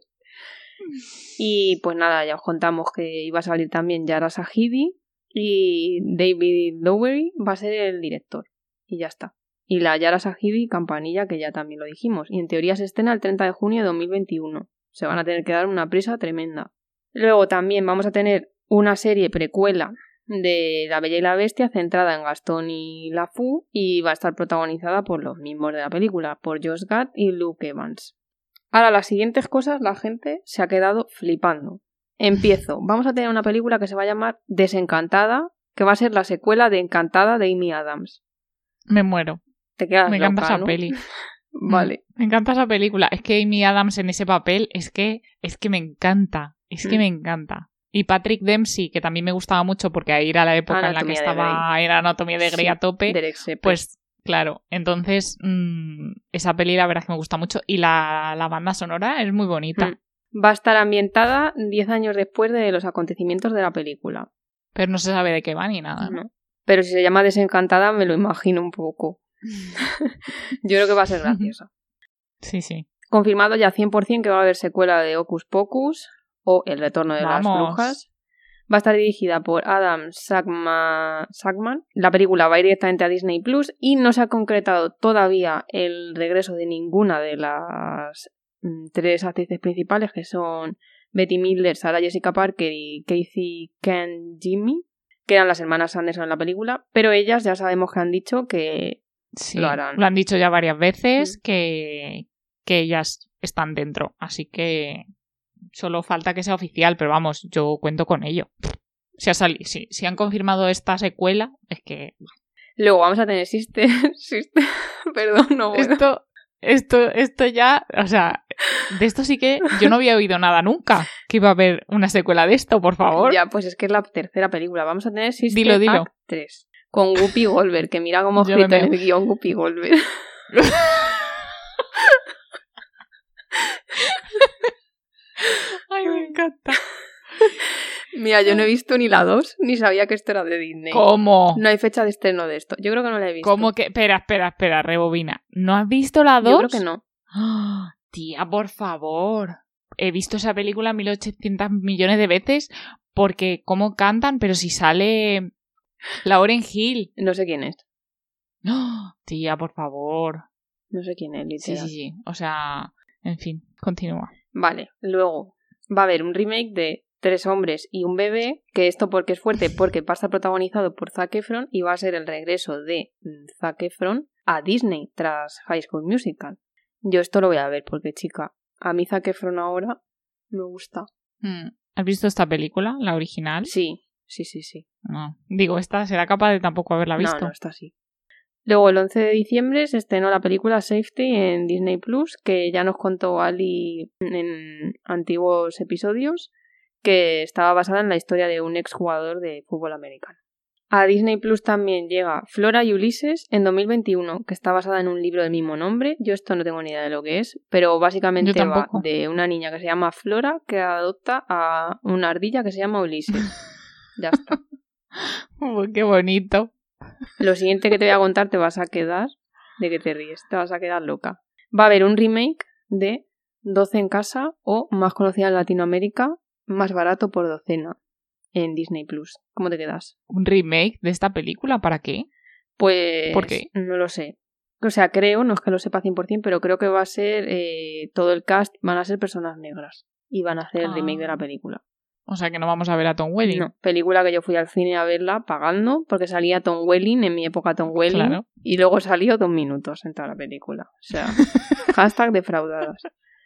Y pues nada, ya os contamos que iba a salir también Yara Shahidi y David Lowery va a ser el director. Y ya está. Y la Yara Shahidi, Campanilla, que ya también lo dijimos. Y en teoría se estrena el treinta de junio de dos mil veintiuno. Se van a tener que dar una prisa tremenda. Luego también vamos a tener una serie precuela de La Bella y la Bestia centrada en Gastón y LaFou y va a estar protagonizada por los mismos de la película, por Josh Gad y Luke Evans. Ahora, las siguientes cosas la gente se ha quedado flipando. Empiezo. Vamos a tener una película que se va a llamar Desencantada, que va a ser la secuela de Encantada de Amy Adams. Me muero. Te quedas Me loca, encanta esa ¿no? peli. Vale. Me encanta esa película. Es que Amy Adams en ese papel es que, es que me encanta. Es que mm. me encanta. Y Patrick Dempsey, que también me gustaba mucho porque ahí era la época Anatomía en la que estaba era Anatomía de Grey sí, a tope. Pues claro, entonces mmm, esa peli la verdad es que me gusta mucho y la, la banda sonora es muy bonita. Mm. Va a estar ambientada diez años después de los acontecimientos de la película. Pero no se sabe de qué va ni nada, ¿no? no. Pero si se llama Desencantada me lo imagino un poco. Yo creo que va a ser graciosa. Sí, sí. Confirmado ya cien por ciento que va a haber secuela de Hocus Pocus o El retorno de Vamos. las brujas. Va a estar dirigida por Adam Sagma... Sagman. La película va a ir directamente a Disney Plus y no se ha concretado todavía el regreso de ninguna de las mm, tres actrices principales, que son Betty Midler, Sarah Jessica Parker y Kathy Ken Jimmy, que eran las hermanas Anderson en la película, pero ellas ya sabemos que han dicho que sí, lo harán. Lo han dicho ya varias veces, mm. que, que ellas están dentro, así que solo falta que sea oficial, pero vamos, yo cuento con ello. Si, ha salido, si, si han confirmado esta secuela, es que... Luego vamos a tener Sister... Sister perdón, no puedo. Esto, esto, esto ya... O sea, de esto sí que yo no había oído nada nunca. Que iba a haber una secuela de esto, por favor. Ya, pues es que es la tercera película. Vamos a tener Sister dilo, dilo. Act tres. Con Whoopi Goldberg, que mira cómo escrito en el guión Whoopi Goldberg. Ay, me encanta. Mira, yo no he visto ni la dos, ni sabía que esto era de Disney. ¿Cómo? No hay fecha de estreno de esto. Yo creo que no la he visto. ¿Cómo que? Espera, espera, espera, rebobina. ¿No has visto la dos? Yo creo que no. Oh, tía, por favor. He visto esa película mil ochocientos millones de veces porque cómo cantan, pero si sale Lauryn Hill. No sé quién es. Oh, tía, por favor. No sé quién es, literal. Sí, sí, sí. O sea, en fin, continúa. Vale, luego va a haber un remake de Tres hombres y un bebé, que esto porque es fuerte, porque va a estar protagonizado por Zac Efron y va a ser el regreso de Zac Efron a Disney tras High School Musical. Yo esto lo voy a ver porque, chica, a mí Zac Efron ahora me gusta. Mm. ¿Has visto esta película, la original? Sí, sí, sí, sí. No. Digo, esta será capaz de tampoco haberla visto. No, no, esta sí. Luego, el once de diciembre se estrenó la película Safety en Disney Plus, que ya nos contó Ali en antiguos episodios, que estaba basada en la historia de un exjugador de fútbol americano. A Disney Plus también llega Flora y Ulises en dos mil veintiuno, que está basada en un libro del mismo nombre. Yo esto no tengo ni idea de lo que es, pero básicamente va de una niña que se llama Flora que adopta a una ardilla que se llama Ulises. Ya está. Uy, qué bonito. Lo siguiente que te voy a contar te vas a quedar... ¿De qué te ríes? Te vas a quedar loca. Va a haber un remake de doce en casa, o más conocida en Latinoamérica, Más barato por docena, en Disney Plus. ¿Cómo te quedas? ¿Un remake de esta película? ¿Para qué? Pues... ¿Por qué? No lo sé. O sea, creo, no es que lo sepa cien por ciento, pero creo que va a ser... Eh, todo el cast van a ser personas negras. Y van a hacer el ah. remake de la película. O sea, que no vamos a ver a Tom Welling. No, película que yo fui al cine a verla pagando, porque salía Tom Welling, en mi época Tom Welling, claro. Y luego salió dos minutos en toda la película. O sea, hashtag defraudadas.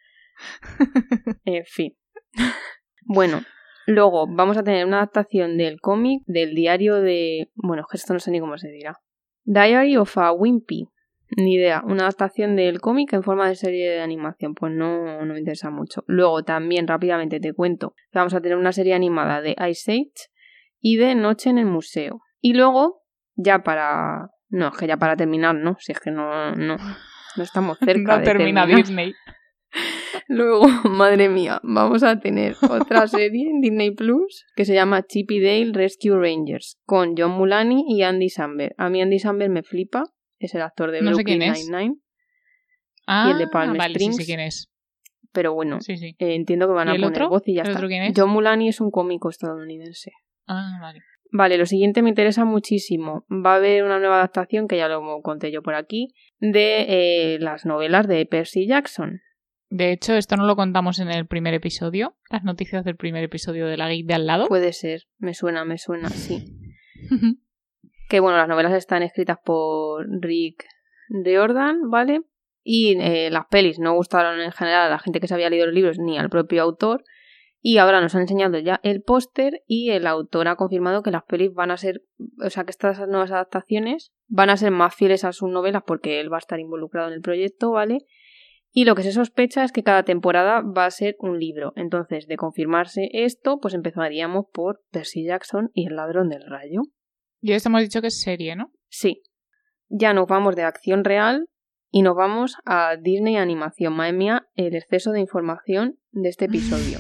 En fin. Bueno, luego vamos a tener una adaptación del cómic del diario de... Bueno, es que esto no sé ni cómo se dirá. Diary of a Wimpy, Ni idea. Una adaptación del cómic en forma de serie de animación. Pues no, no me interesa mucho. Luego también rápidamente te cuento que vamos a tener una serie animada de Ice Age y de Noche en el Museo. Y luego, ya para... No, es que ya para terminar, ¿no? Si es que no, no, no estamos cerca no de termina terminar. Disney. Luego, madre mía, vamos a tener otra serie en Disney Plus que se llama Chip y Dale Rescue Rangers con John Mulaney y Andy Samberg. A mí Andy Samberg me flipa. Es el actor de no Brooklyn sé Nine-Nine ah, y el de Palm vale, Springs. Sí, sí quién es. Pero bueno, sí, sí. Eh, entiendo que van ¿Y a el poner otro? voz y ya ¿El está. otro quién es? John Mulaney es un cómico estadounidense. Ah, vale. Vale, lo siguiente me interesa muchísimo. Va a haber una nueva adaptación, que ya lo conté yo por aquí, de eh, las novelas de Percy Jackson. De hecho, esto no lo contamos en el primer episodio. Las noticias del primer episodio de La Geek de al lado. Puede ser, me suena, me suena, sí. Que bueno, las novelas están escritas por Rick Riordan, ¿vale? Y eh, las pelis no gustaron en general a la gente que se había leído los libros ni al propio autor. Y ahora nos han enseñado ya el póster y el autor ha confirmado que las pelis van a ser, o sea que estas nuevas adaptaciones van a ser más fieles a sus novelas porque él va a estar involucrado en el proyecto, ¿vale? Y lo que se sospecha es que cada temporada va a ser un libro. Entonces, de confirmarse esto, pues empezaríamos por Percy Jackson y el ladrón del rayo. Y esto hemos dicho que es serie, ¿no? Sí. Ya nos vamos de acción real y nos vamos a Disney Animación. Madre mía, el exceso de información de este episodio.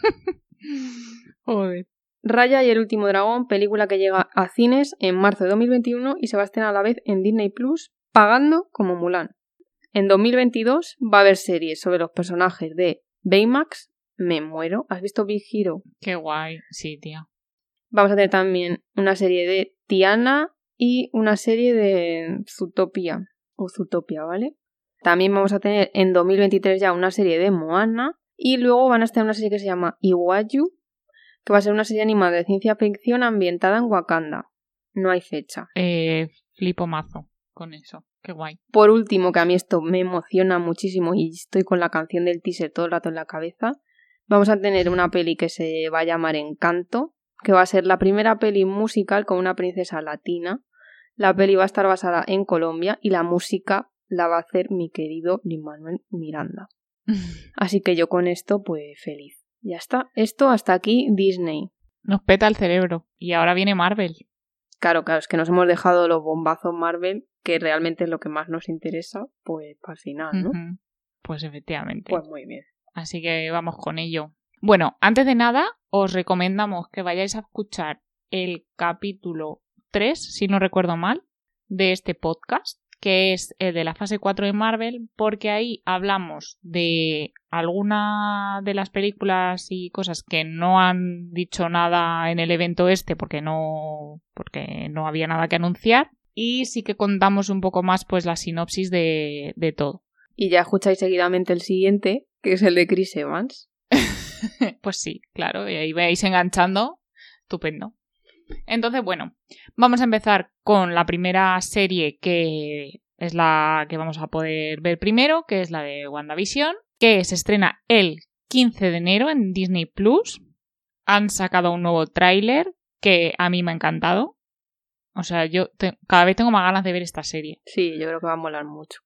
Joder. Raya y el último dragón, película que llega a cines en marzo de dos mil veintiuno y se va a estrenar a la vez en Disney Plus, pagando como Mulan. En dos mil veintidós va a haber series sobre los personajes de Baymax, me muero. ¿Has visto Big Hero? Qué guay, sí, tía. Vamos a tener también una serie de Tiana y una serie de Zootopia, o Zootopia, ¿vale? También vamos a tener en dos mil veintitrés ya una serie de Moana y luego van a estar una serie que se llama Iwaju, que va a ser una serie animada de ciencia ficción ambientada en Wakanda. No hay fecha. Eh, flipo mazo con eso. Qué guay. Por último, que a mí esto me emociona muchísimo y estoy con la canción del teaser todo el rato en la cabeza, vamos a tener una peli que se va a llamar Encanto, que va a ser la primera peli musical con una princesa latina. La peli va a estar basada en Colombia y la música la va a hacer mi querido Lin-Manuel Miranda. Así que yo con esto, pues feliz. Ya está. Esto hasta aquí Disney. Nos peta el cerebro. Y ahora viene Marvel. Claro, claro, es que nos hemos dejado los bombazos Marvel, que realmente es lo que más nos interesa, pues para el final, ¿no? Uh-huh. Pues efectivamente. Pues muy bien. Así que vamos con ello. Bueno, antes de nada, os recomendamos que vayáis a escuchar el capítulo tres, si no recuerdo mal, de este podcast, que es el de la fase cuatro de Marvel, porque ahí hablamos de alguna de las películas y cosas que no han dicho nada en el evento este porque no, porque no había nada que anunciar, y sí que contamos un poco más pues la sinopsis de, de todo. Y ya escucháis seguidamente el siguiente, que es el de Chris Evans. Pues sí, claro, y ahí vais enganchando. Estupendo. Entonces, bueno, vamos a empezar con la primera serie que es la que vamos a poder ver primero, que es la de WandaVision, que se estrena el quince de enero en Disney Plus. Han sacado un nuevo tráiler que a mí me ha encantado. O sea, yo te- cada vez tengo más ganas de ver esta serie. Sí, yo creo que va a molar mucho.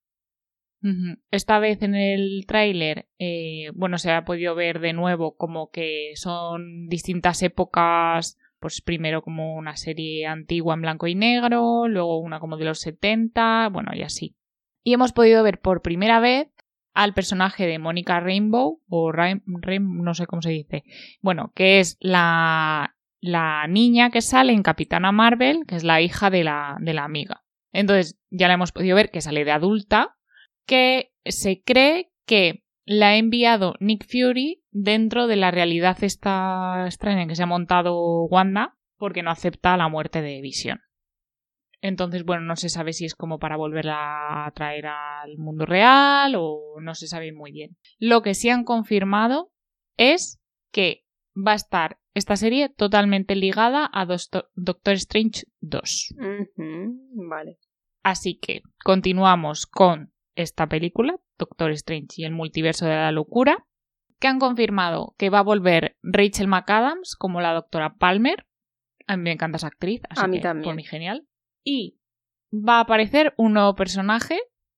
Ujú. Esta vez en el tráiler, eh, bueno, se ha podido ver de nuevo como que son distintas épocas, pues primero como una serie antigua en blanco y negro, luego una como de los setenta, bueno, y así. Y hemos podido ver por primera vez al personaje de Mónica Rambeau, o Rain, Rain- no sé cómo se dice, bueno, que es la, la niña que sale en Capitana Marvel, que es la hija de la, de la amiga. Entonces ya la hemos podido ver que sale de adulta, que se cree que la ha enviado Nick Fury dentro de la realidad esta extraña que se ha montado Wanda porque no acepta la muerte de Vision. Entonces, bueno, no se sabe si es como para volverla a traer al mundo real o no se sabe muy bien. Lo que sí han confirmado es que va a estar esta serie totalmente ligada a Dosto- Doctor Strange dos. Ujú, vale. Así que continuamos con esta película, Doctor Strange y el multiverso de la locura, que han confirmado que va a volver Rachel McAdams como la doctora Palmer. A mí me encanta esa actriz, así A mí que también. por mí genial. Y va a aparecer un nuevo personaje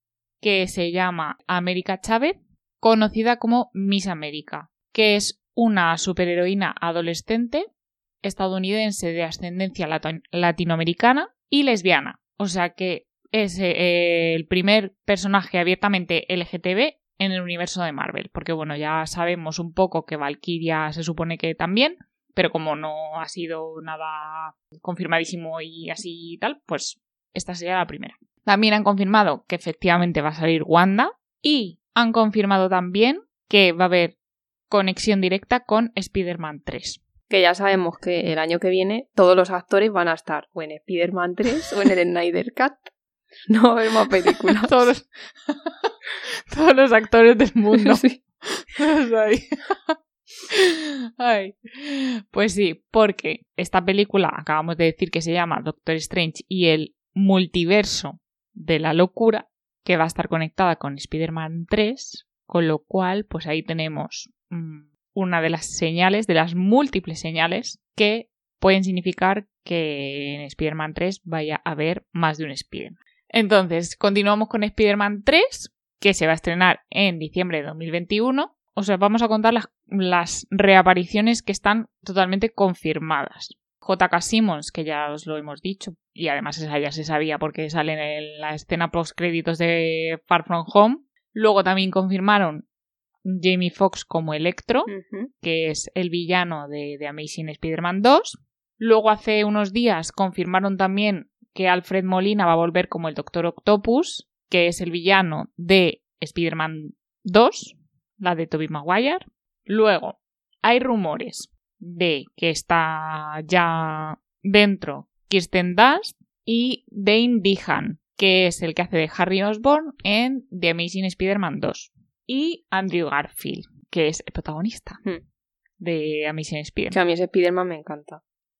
que se llama América Chávez, conocida como Miss América, que es una superheroína adolescente estadounidense de ascendencia lato- latinoamericana y lesbiana. O sea que es eh, el primer personaje abiertamente L G T B en el universo de Marvel. Porque bueno, ya sabemos un poco que Valkyria se supone que también, pero como no ha sido nada confirmadísimo y así y tal, pues esta sería la primera. También han confirmado que efectivamente va a salir Wanda y han confirmado también que va a haber conexión directa con Spider-Man tres. Que ya sabemos que el año que viene todos los actores van a estar o en Spider-Man tres o en el Snyder Cut. No va a haber más películas. todos, los... todos los actores del mundo. Sí. Todos ahí. Ay. Pues sí, porque esta película acabamos de decir que se llama Doctor Strange y el multiverso de la locura, que va a estar conectada con Spider-Man tres, con lo cual pues ahí tenemos mmm, una de las señales, de las múltiples señales que pueden significar que en Spider-Man tres vaya a haber más de un Spider-Man. Entonces, continuamos con Spider-Man tres, que se va a estrenar en diciembre de dos mil veintiuno. O sea, vamos a contar las, las reapariciones que están totalmente confirmadas. J K. Simmons, que ya os lo hemos dicho, y además esa ya se sabía porque sale en la escena post-créditos de Far From Home. Luego también confirmaron Jamie Foxx como Electro, uh-huh. que es el villano de, de Amazing Spider-Man dos. Luego hace unos días confirmaron también que Alfred Molina va a volver como el Doctor Octopus, que es el villano de Spider-Man dos, la de Tobey Maguire. Luego hay rumores de que está ya dentro Kirsten Dunst y Dane DeHaan, que es el que hace de Harry Osborn en The Amazing Spider-Man dos. Y Andrew Garfield, que es el protagonista hmm. de Amazing Spider-Man. Que a mí ese Spider-Man me encanta.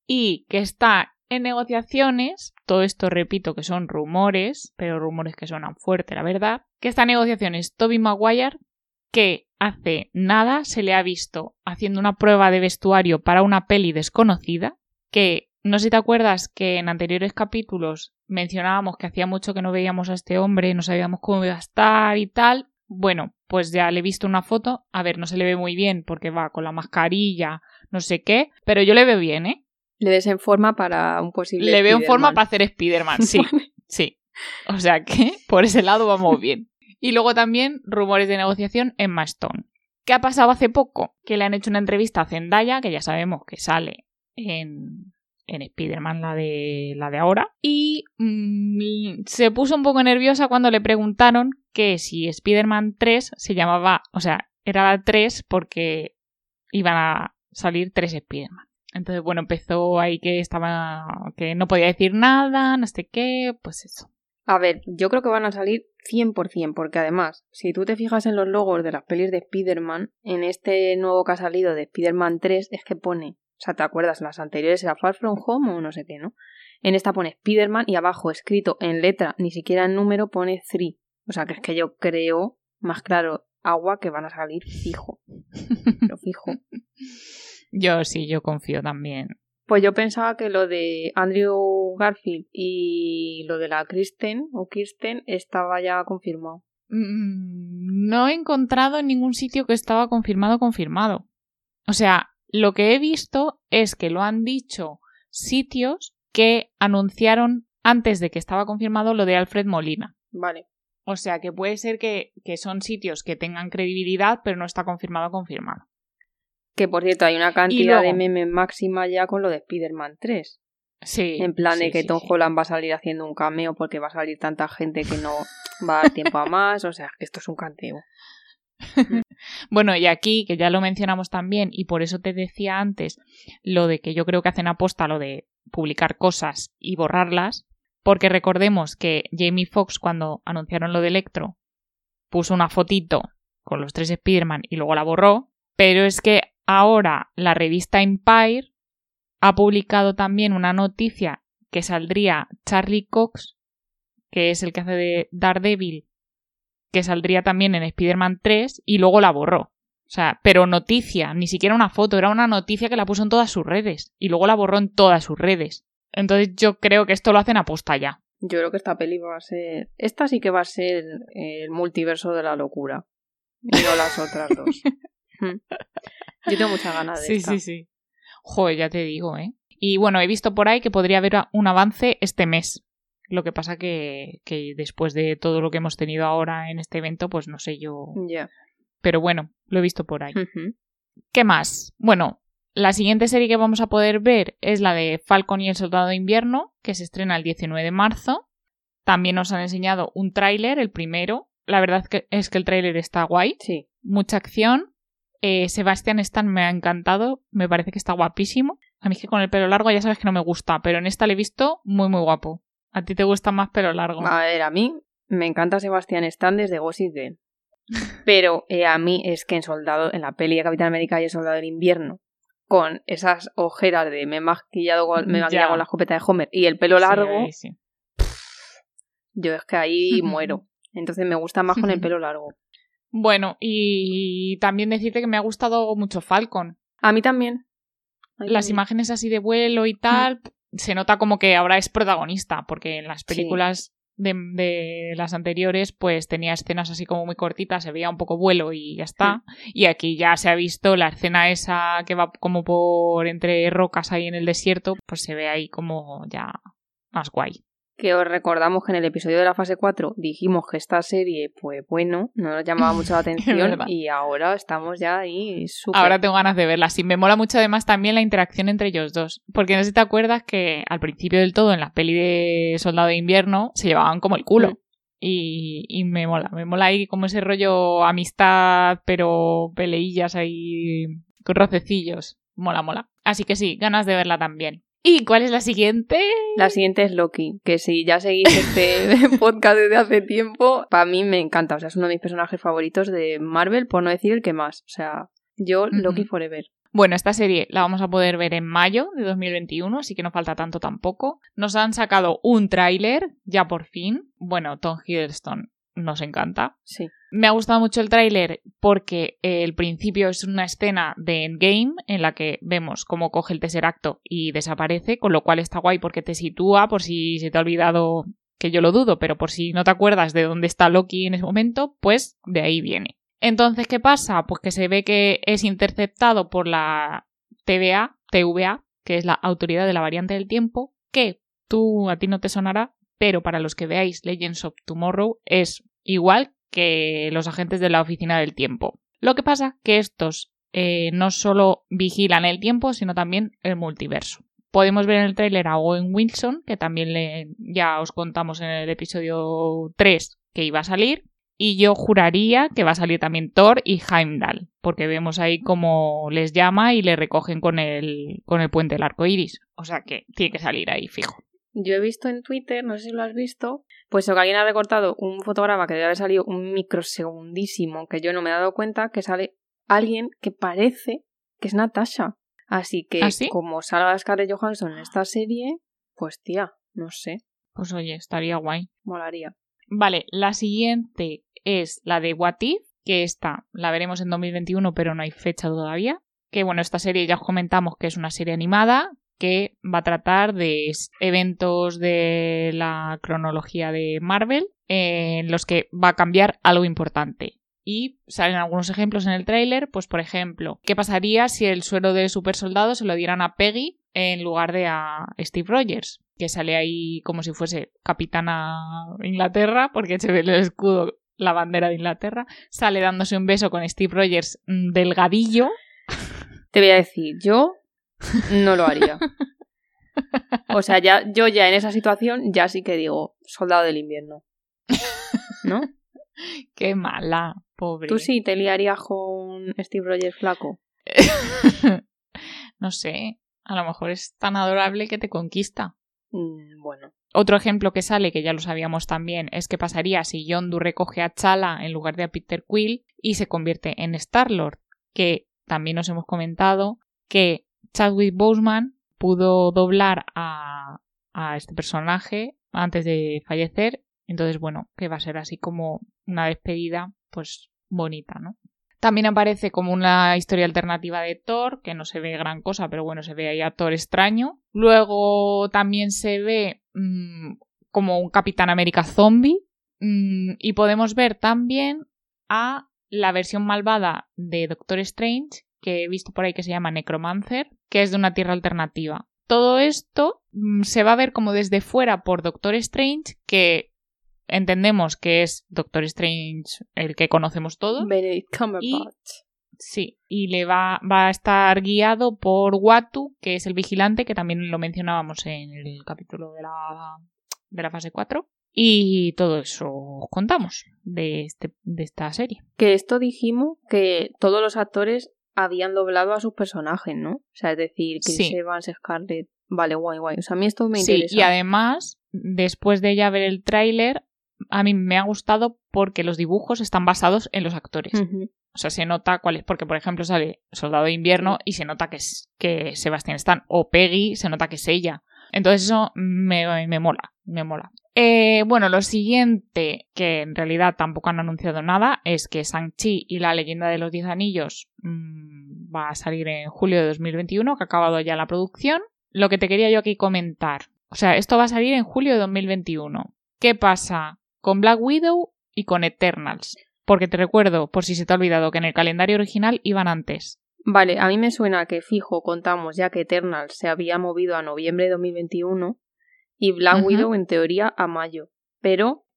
Y que está en negociaciones, todo esto repito que son rumores, pero rumores que suenan fuerte, la verdad, que está en negociaciones Tobey Maguire, que hace nada se le ha visto haciendo una prueba de vestuario para una peli desconocida, que no sé si te acuerdas que en anteriores capítulos mencionábamos que hacía mucho que no veíamos a este hombre, no sabíamos cómo iba a estar y tal. Bueno, pues ya le he visto una foto, a ver, no se le ve muy bien porque va con la mascarilla, no sé qué, pero yo le veo bien, ¿eh? Le ves en forma para un posible Le veo en forma para hacer Spider-Man, sí, sí. O sea que por ese lado vamos bien. Y luego también rumores de negociación en Emma Stone. ¿Qué ha pasado hace poco? Que le han hecho una entrevista a Zendaya, que ya sabemos que sale en, en Spider-Man, la de, la de ahora. Y mmm, se puso un poco nerviosa cuando le preguntaron que si Spider-Man tres se llamaba... O sea, era la tres porque iban a salir tres Spider-Man. Entonces, bueno, empezó ahí que estaba... que no podía decir nada, no sé qué, pues eso. A ver, yo creo que van a salir cien por ciento, porque además, si tú te fijas en los logos de las pelis de Spider-Man, en este nuevo que ha salido de Spider-Man tres, es que pone, o sea, ¿te acuerdas? Las anteriores era Far From Home o no sé qué, ¿no? En esta pone Spider-Man y abajo, escrito en letra, ni siquiera en número, pone three. O sea, que es que yo creo, más claro, agua, que van a salir fijo. Lo fijo. Yo sí, yo confío también. Pues yo pensaba que lo de Andrew Garfield y lo de la Kristen o Kirsten estaba ya confirmado. No he encontrado en ningún sitio que estaba confirmado confirmado. O sea, lo que he visto es que lo han dicho sitios que anunciaron antes de que estaba confirmado lo de Alfred Molina. Vale. O sea, que puede ser que, que son sitios que tengan credibilidad, pero no está confirmado confirmado. Que, por cierto, hay una cantidad luego, de memes máxima ya con lo de Spider-Man tres. Sí. En plan de sí, que sí, Tom sí. Holland va a salir haciendo un cameo porque va a salir tanta gente que no va a dar tiempo a más. O sea, que esto es un canteo. Bueno, y aquí, que ya lo mencionamos también, y por eso te decía antes lo de que yo creo que hacen aposta lo de publicar cosas y borrarlas, porque recordemos que Jamie Foxx, cuando anunciaron lo de Electro, puso una fotito con los tres Spider-Man y luego la borró, pero es que ahora la revista Empire ha publicado también una noticia que saldría Charlie Cox, que es el que hace de Daredevil, que saldría también en Spider-Man tres y luego la borró. O sea, pero noticia, ni siquiera una foto, era una noticia que la puso en todas sus redes y luego la borró en todas sus redes. Entonces yo creo que esto lo hacen aposta ya, Yo creo que esta peli va a ser... Esta sí que va a ser el multiverso de la locura. Y no las otras dos. Yo tengo muchas ganas de sí, esta. Sí, sí, sí. Joder, ya te digo, ¿eh? Y bueno, he visto por ahí que podría haber un avance este mes. Lo que pasa que, que después de todo lo que hemos tenido ahora en este evento, pues no sé yo... Ya. Yeah. Pero bueno, lo he visto por ahí. Uh-huh. ¿Qué más? Bueno, la siguiente serie que vamos a poder ver es la de Falcon y el Soldado de Invierno, que se estrena el diecinueve de marzo. También nos han enseñado un tráiler, el primero. La verdad es que el tráiler está guay. Sí. Mucha acción. Eh, Sebastian Stan me ha encantado. Me parece que está guapísimo. A mí es que con el pelo largo ya sabes que no me gusta, pero en esta le he visto muy, muy guapo. ¿A ti te gusta más pelo largo? A ver, a mí me encanta Sebastian Stan desde Gossip Girl. Pero eh, a mí es que en Soldado, en la peli de Capitán América y el Soldado del Invierno, con esas ojeras de me he maquillado con, me he maquillado con la escopeta de Homer y el pelo largo, sí, sí. Pff, yo es que ahí muero. Entonces me gusta más con el pelo largo. Bueno, y también decirte que me ha gustado mucho Falcon. A mí también. A mí las también. Imágenes así de vuelo y tal, mm. se nota como que ahora es protagonista, porque en las películas... Sí. De, de las anteriores pues tenía escenas así como muy cortitas, se veía un poco vuelo y ya está, sí. Y aquí ya se ha visto la escena esa que va como por entre rocas ahí en el desierto, pues se ve ahí como ya más guay. Que os recordamos que en el episodio de la fase cuatro dijimos que esta serie, pues bueno, no nos llamaba mucho la atención y ahora estamos ya ahí súper... Ahora tengo ganas de verla. Sí, me mola mucho además también la interacción entre ellos dos. Porque no sé si te acuerdas que al principio del todo en la peli de Soldado de Invierno se llevaban como el culo. Mm. Y, y me mola, me mola ahí como ese rollo amistad, pero peleillas ahí con rocecillos. Mola, mola. Así que sí, ganas de verla también. ¿Y cuál es la siguiente? La siguiente es Loki, que si ya seguís este podcast desde hace tiempo, para mí me encanta, o sea, es uno de mis personajes favoritos de Marvel, por no decir el que más, o sea, yo uh-huh. Loki forever. Bueno, esta serie la vamos a poder ver en mayo de dos mil veintiuno, así que no falta tanto tampoco. Nos han sacado un tráiler, ya por fin. Bueno, Tom Hiddleston nos encanta. Sí. Me ha gustado mucho el tráiler porque el principio es una escena de Endgame en la que vemos cómo coge el Tesseracto y desaparece, con lo cual está guay porque te sitúa, por si se te ha olvidado, que yo lo dudo, pero por si no te acuerdas de dónde está Loki en ese momento, pues de ahí viene. Entonces, ¿qué pasa? Pues que se ve que es interceptado por la T V A, T V A, que es la Autoridad de la Variante del Tiempo, que tú a ti no te sonará, pero para los que veáis Legends of Tomorrow es igual que los agentes de la Oficina del Tiempo. Lo que pasa que estos eh, no solo vigilan el tiempo, sino también el multiverso. Podemos ver en el tráiler a Owen Wilson, que también le, ya os contamos en el episodio tres que iba a salir, y yo juraría que va a salir también Thor y Heimdall, porque vemos ahí cómo les llama y le recogen con el, con el puente del arco iris. O sea que tiene que salir ahí, fijo. Yo he visto en Twitter, no sé si lo has visto, pues que alguien ha recortado un fotograma que debe haber salido un microsegundísimo, que yo no me he dado cuenta, que sale alguien que parece que es Natasha. Así que, ¿Ah, sí? Como salga Scarlett Johansson en esta serie, pues tía, no sé. Pues oye, estaría guay. Molaría. Vale, la siguiente es la de What If, que esta la veremos en dos mil veintiuno, pero no hay fecha todavía. Que bueno, esta serie ya os comentamos que es una serie animada, que va a tratar de eventos de la cronología de Marvel en los que va a cambiar algo importante. Y salen algunos ejemplos en el tráiler, pues por ejemplo, ¿qué pasaría si el suero de supersoldado se lo dieran a Peggy en lugar de a Steve Rogers? Que sale ahí como si fuese capitana Inglaterra, porque se ve el escudo, la bandera de Inglaterra. Sale dándose un beso con Steve Rogers delgadillo. Te voy a decir, yo no lo haría. O sea, ya, yo ya en esa situación ya sí que digo, soldado del invierno. ¿No? Qué mala, pobre. ¿Tú sí te liarías con Steve Rogers flaco? No sé, a lo mejor es tan adorable que te conquista. Mm, bueno. Otro ejemplo que sale, que ya lo sabíamos también, es qué pasaría si Yondu recoge a T'Challa en lugar de a Peter Quill y se convierte en Star-Lord, que también nos hemos comentado que Chadwick Boseman pudo doblar a, a este personaje antes de fallecer. Entonces, bueno, que va a ser así como una despedida, pues, bonita, ¿no? También aparece como una historia alternativa de Thor, que no se ve gran cosa, pero bueno, se ve ahí a Thor extraño. Luego también se ve mmm, como un Capitán América zombie. Mm, y podemos ver también a la versión malvada de Doctor Strange, que he visto por ahí que se llama Necromancer, que es de una tierra alternativa. Todo esto mm, se va a ver como desde fuera por Doctor Strange, que entendemos que es Doctor Strange el que conocemos todos. Benedict Cumberbatch. Y, sí, y le va, va a estar guiado por Uatu, que es el vigilante, que también lo mencionábamos en el capítulo de la, de la fase cuatro. Y todo eso os contamos de, este, de esta serie. Que esto dijimos que todos los actores habían doblado a sus personajes, ¿no? O sea, es decir, Chris sí. Evans, Scarlett... Vale, guay, guay. O sea, a mí esto me interesa. Sí, y además, después de ya ver el tráiler, a mí me ha gustado porque los dibujos están basados en los actores. Uh-huh. O sea, se nota cuál es... Porque, por ejemplo, sale Soldado de Invierno sí. y se nota que es que Sebastián Stan. O Peggy, se nota que es ella. Entonces eso me, me mola, me mola. Eh, bueno, lo siguiente, que en realidad tampoco han anunciado nada, es que Shang-Chi y la Leyenda de los Diez Anillos mmm, va a salir en julio de dos mil veintiuno, que ha acabado ya la producción. Lo que te quería yo aquí comentar, o sea, esto va a salir en julio de dos mil veintiuno. ¿Qué pasa con Black Widow y con Eternals? Porque te recuerdo, por si se te ha olvidado, que en el calendario original iban antes. Vale, a mí me suena que fijo contamos ya que Eternals se había movido a noviembre de dos mil veintiuno y Black uh-huh. Widow en teoría a mayo, pero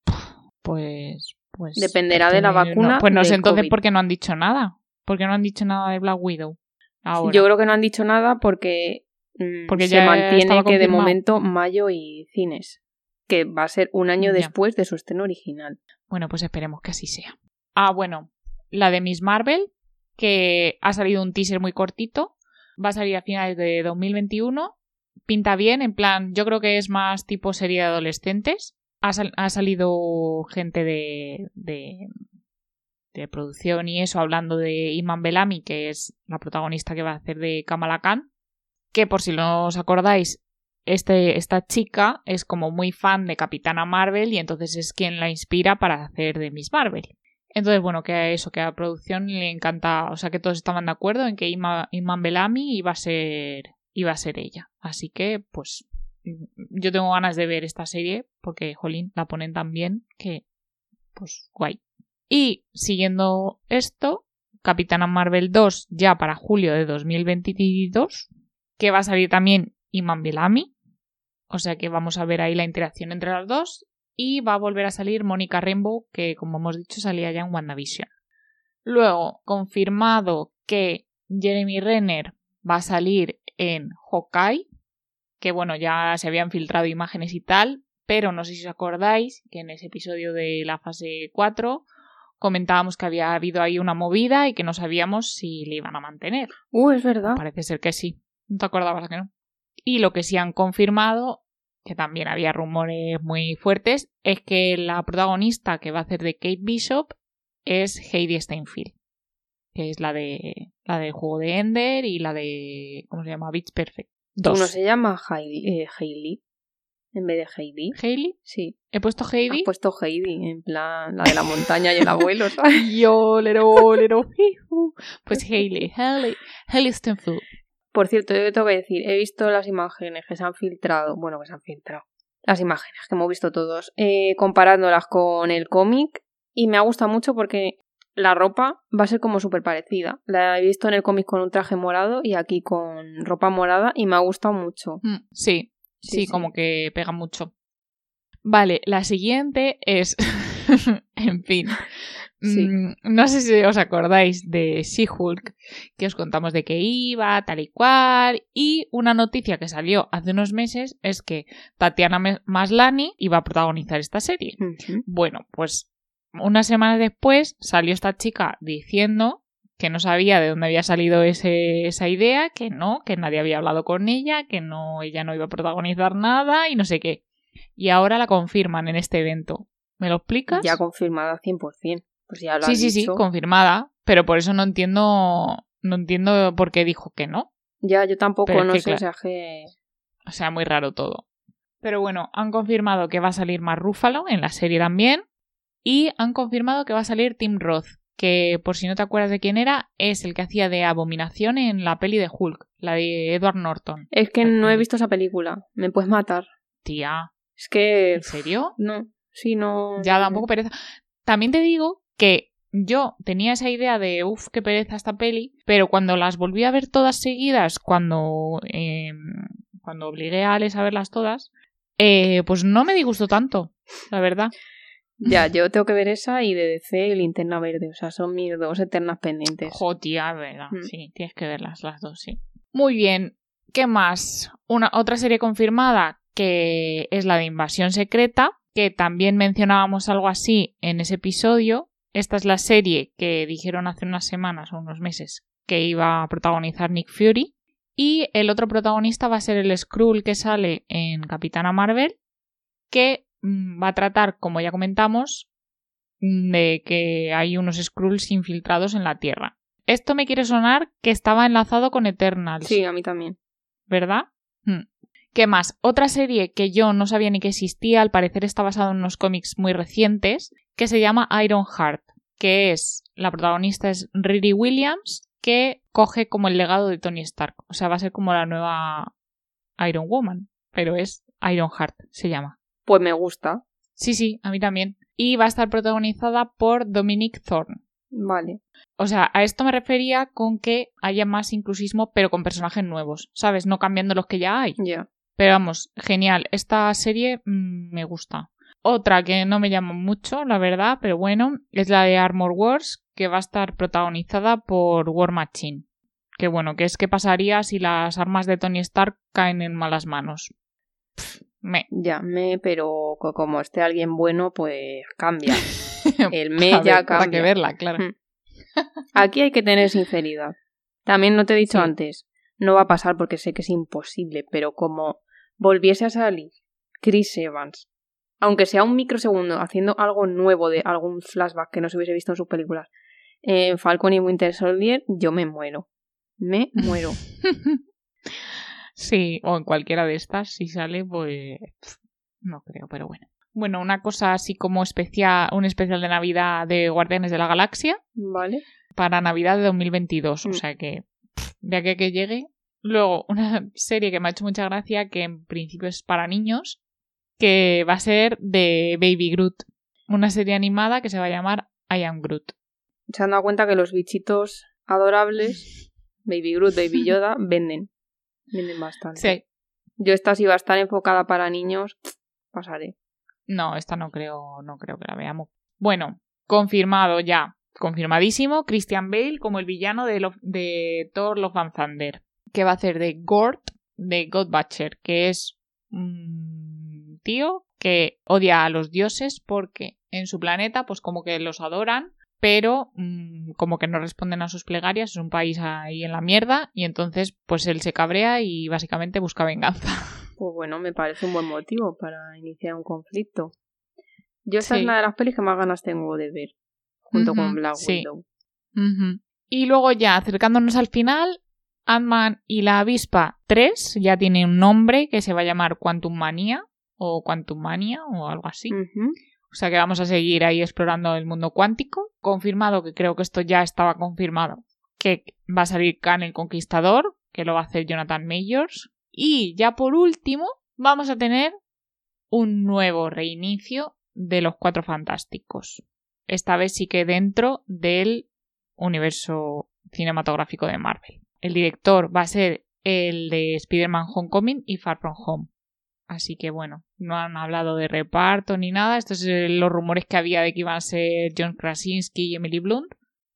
pues, pues dependerá de la vacuna. No, pues no sé entonces COVID. por qué no han dicho nada. ¿Por qué no han dicho nada de Black Widow ahora? Yo creo que no han dicho nada porque, mmm, porque se ya mantiene que de momento mayo y cines, que va a ser un año ya. después de su estreno original. Bueno, pues esperemos que así sea. Ah, bueno, la de Miss Marvel, que ha salido un teaser muy cortito, va a salir a finales de dos mil veintiuno, pinta bien, en plan, yo creo que es más tipo serie de adolescentes, ha, sal- ha salido gente de, de, de producción y eso, hablando de Iman Bellamy, que es la protagonista que va a hacer de Kamala Khan, que por si no os acordáis, este, esta chica es como muy fan de Capitana Marvel y entonces es quien la inspira para hacer de Miss Marvel. Entonces, bueno, que a eso, que a la producción le encanta, o sea, que todos estaban de acuerdo en que Ima, Iman Bellamy iba a ser, iba a ser ella. Así que, pues, yo tengo ganas de ver esta serie porque, jolín, la ponen tan bien que, pues, guay. Y, siguiendo esto, Capitana Marvel dos ya para julio de dos mil veintidós, que va a salir también Iman Bellamy, o sea que vamos a ver ahí la interacción entre las dos. Y va a volver a salir Mónica Rambeau, que como hemos dicho salía ya en WandaVision. Luego, confirmado que Jeremy Renner va a salir en Hawkeye, que bueno, ya se habían filtrado imágenes y tal, pero no sé si os acordáis que en ese episodio de la fase cuatro comentábamos que había habido ahí una movida y que no sabíamos si le iban a mantener. Uh, es verdad. Parece ser que sí. ¿No te acordabas que no? Y lo que sí han confirmado, que también había rumores muy fuertes, es que la protagonista que va a hacer de Kate Bishop es Hailee Steinfeld, que es la de la del juego de Ender y la de, ¿cómo se llama? Pitch Perfect dos. ¿No se llama Hailee, eh, Hailee en vez de Heidi? ¿Hailee? Sí. ¿He puesto Heidi? Has puesto Heidi, en plan la de la montaña y el abuelo, ¿sabes? Yo, lero, lero, pues Hailee, Hailee, Hailee Steinfeld. Por cierto, yo tengo que decir, he visto las imágenes que se han filtrado, bueno, que se han filtrado, las imágenes que hemos visto todos, eh, comparándolas con el cómic, y me ha gustado mucho porque la ropa va a ser como súper parecida. La he visto en el cómic con un traje morado y aquí con ropa morada y me ha gustado mucho. Mm, sí, sí, sí, sí, como que pega mucho. Vale, la siguiente es, en fin... Sí. No sé si os acordáis de She-Hulk, que os contamos de que iba, tal y cual, y una noticia que salió hace unos meses es que Tatiana Maslany iba a protagonizar esta serie. Uh-huh. Bueno, pues unas semanas después salió esta chica diciendo que no sabía de dónde había salido ese, esa idea, que no, que nadie había hablado con ella, que no, ella no iba a protagonizar nada y no sé qué. Y ahora la confirman en este evento. ¿Me lo explicas? Ya confirmada cien por ciento. Pues ya lo sí, han sí, dicho. sí, confirmada, pero por eso no entiendo no entiendo por qué dijo que no. Ya, yo tampoco, pero no que, sé, claro, o sea, que... O sea, muy raro todo. Pero bueno, han confirmado que va a salir Mark Ruffalo en la serie también, y han confirmado que va a salir Tim Roth, que por si no te acuerdas de quién era, es el que hacía de Abominación en la peli de Hulk, la de Edward Norton. Es que no he visto esa película, me puedes matar. Tía... Es que... ¿En serio? No, sí, no... Ya da un poco pereza. También te digo que yo tenía esa idea de, uff, qué pereza esta peli, pero cuando las volví a ver todas seguidas, cuando, eh, cuando obligué a Alex a verlas todas, eh, pues no me disgustó tanto, la verdad. Ya, yo tengo que ver esa y de D C Linterna Verde, o sea, son mis dos eternas pendientes. Jo, tía, verdad, mm. sí, tienes que verlas las dos, sí. Muy bien, ¿qué más? Una, otra serie confirmada, que es la de Invasión Secreta, que también mencionábamos algo así en ese episodio. Esta es la serie que dijeron hace unas semanas o unos meses que iba a protagonizar Nick Fury. Y el otro protagonista va a ser el Skrull que sale en Capitana Marvel, que va a tratar, como ya comentamos, de que hay unos Skrulls infiltrados en la Tierra. Esto me quiere sonar que estaba enlazado con Eternals. Sí, a mí también. ¿Verdad? Hmm. ¿Qué más? Otra serie que yo no sabía ni que existía, al parecer está basada en unos cómics muy recientes, que se llama Ironheart, que es, la protagonista es Riri Williams, que coge como el legado de Tony Stark. O sea, va a ser como la nueva Iron Woman, pero es Ironheart, se llama. Pues me gusta. Sí, sí, a mí también. Y va a estar protagonizada por Dominic Thorne. Vale. O sea, a esto me refería con que haya más inclusismo, pero con personajes nuevos, ¿sabes? No cambiando los que ya hay. Ya. Yeah. Pero vamos, genial. Esta serie mmm, me gusta. Otra que no me llama mucho, la verdad, pero bueno, es la de Armor Wars, que va a estar protagonizada por War Machine. Que bueno, que es que pasaría si las armas de Tony Stark caen en malas manos. Pff, me. Ya, me, pero como esté alguien bueno, pues cambia. El me ya ver, cambia. Hay que verla, claro. Aquí hay que tener sinceridad. También no te he dicho sí. antes, no va a pasar porque sé que es imposible, pero como volviese a salir Chris Evans, aunque sea un microsegundo, haciendo algo nuevo de algún flashback que no se hubiese visto en sus películas, en Falcon y Winter Soldier, yo me muero. Me muero. Sí, o en cualquiera de estas, si sale, pues no creo, pero bueno. Bueno, una cosa así como especial, un especial de Navidad de Guardianes de la Galaxia. Vale. Para Navidad de dos mil veintidós, mm. o sea que de aquí a que llegue. Luego, una serie que me ha hecho mucha gracia, que en principio es para niños, que va a ser de Baby Groot. Una serie animada que se va a llamar I Am Groot. Se han dado cuenta que los bichitos adorables, Baby Groot, Baby Yoda, venden. Venden bastante. Sí. Yo esta sí va a estar enfocada para niños, pasaré. No, esta no creo, no creo que la veamos. Bueno, confirmado ya, confirmadísimo, Christian Bale como el villano de, lo, de Thor Love and Thunder, que va a hacer de Gort de God Butcher, que es un tío que odia a los dioses porque en su planeta pues como que los adoran, pero mmm, como que no responden a sus plegarias, es un país ahí en la mierda y entonces pues él se cabrea y básicamente busca venganza. Pues bueno, me parece un buen motivo para iniciar un conflicto. Yo esta sí. es una de las pelis que más ganas tengo de ver, junto uh-huh, con Black sí. Widow. Uh-huh. Y luego ya, acercándonos al final, Ant-Man y la avispa tres ya tiene un nombre que se va a llamar Quantum Mania o Quantum Mania o algo así. Uh-huh. O sea que vamos a seguir ahí explorando el mundo cuántico. Confirmado, que creo que esto ya estaba confirmado, que va a salir Khan el Conquistador, que lo va a hacer Jonathan Majors. Y ya por último, vamos a tener un nuevo reinicio de los Cuatro Fantásticos. Esta vez sí que dentro del universo cinematográfico de Marvel. El director va a ser el de Spider-Man Homecoming y Far From Home. Así que bueno, no han hablado de reparto ni nada. Estos son los rumores que había de que iban a ser John Krasinski y Emily Blunt.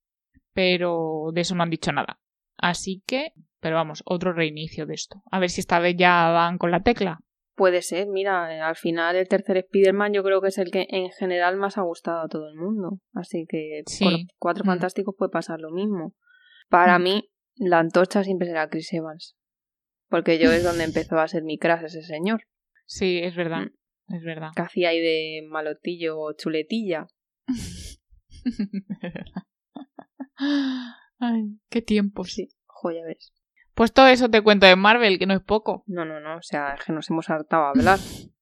Pero de eso no han dicho nada. Así que, pero vamos, otro reinicio de esto. A ver si esta vez ya dan con la tecla. Puede ser, mira, al final el tercer Spider-Man yo creo que es el que en general más ha gustado a todo el mundo. Así que sí. con los Cuatro mm. Fantásticos puede pasar lo mismo. Para mm. mí, la antorcha siempre será Chris Evans. Porque yo es donde empezó a ser mi crush ese señor. Sí, es verdad, mm. es verdad. Que hacía ahí de malotillo o chuletilla. Ay, qué tiempo. Sí, joya ves. Pues todo eso te cuento de Marvel, que no es poco. No, no, no, o sea, es que nos hemos hartado a hablar.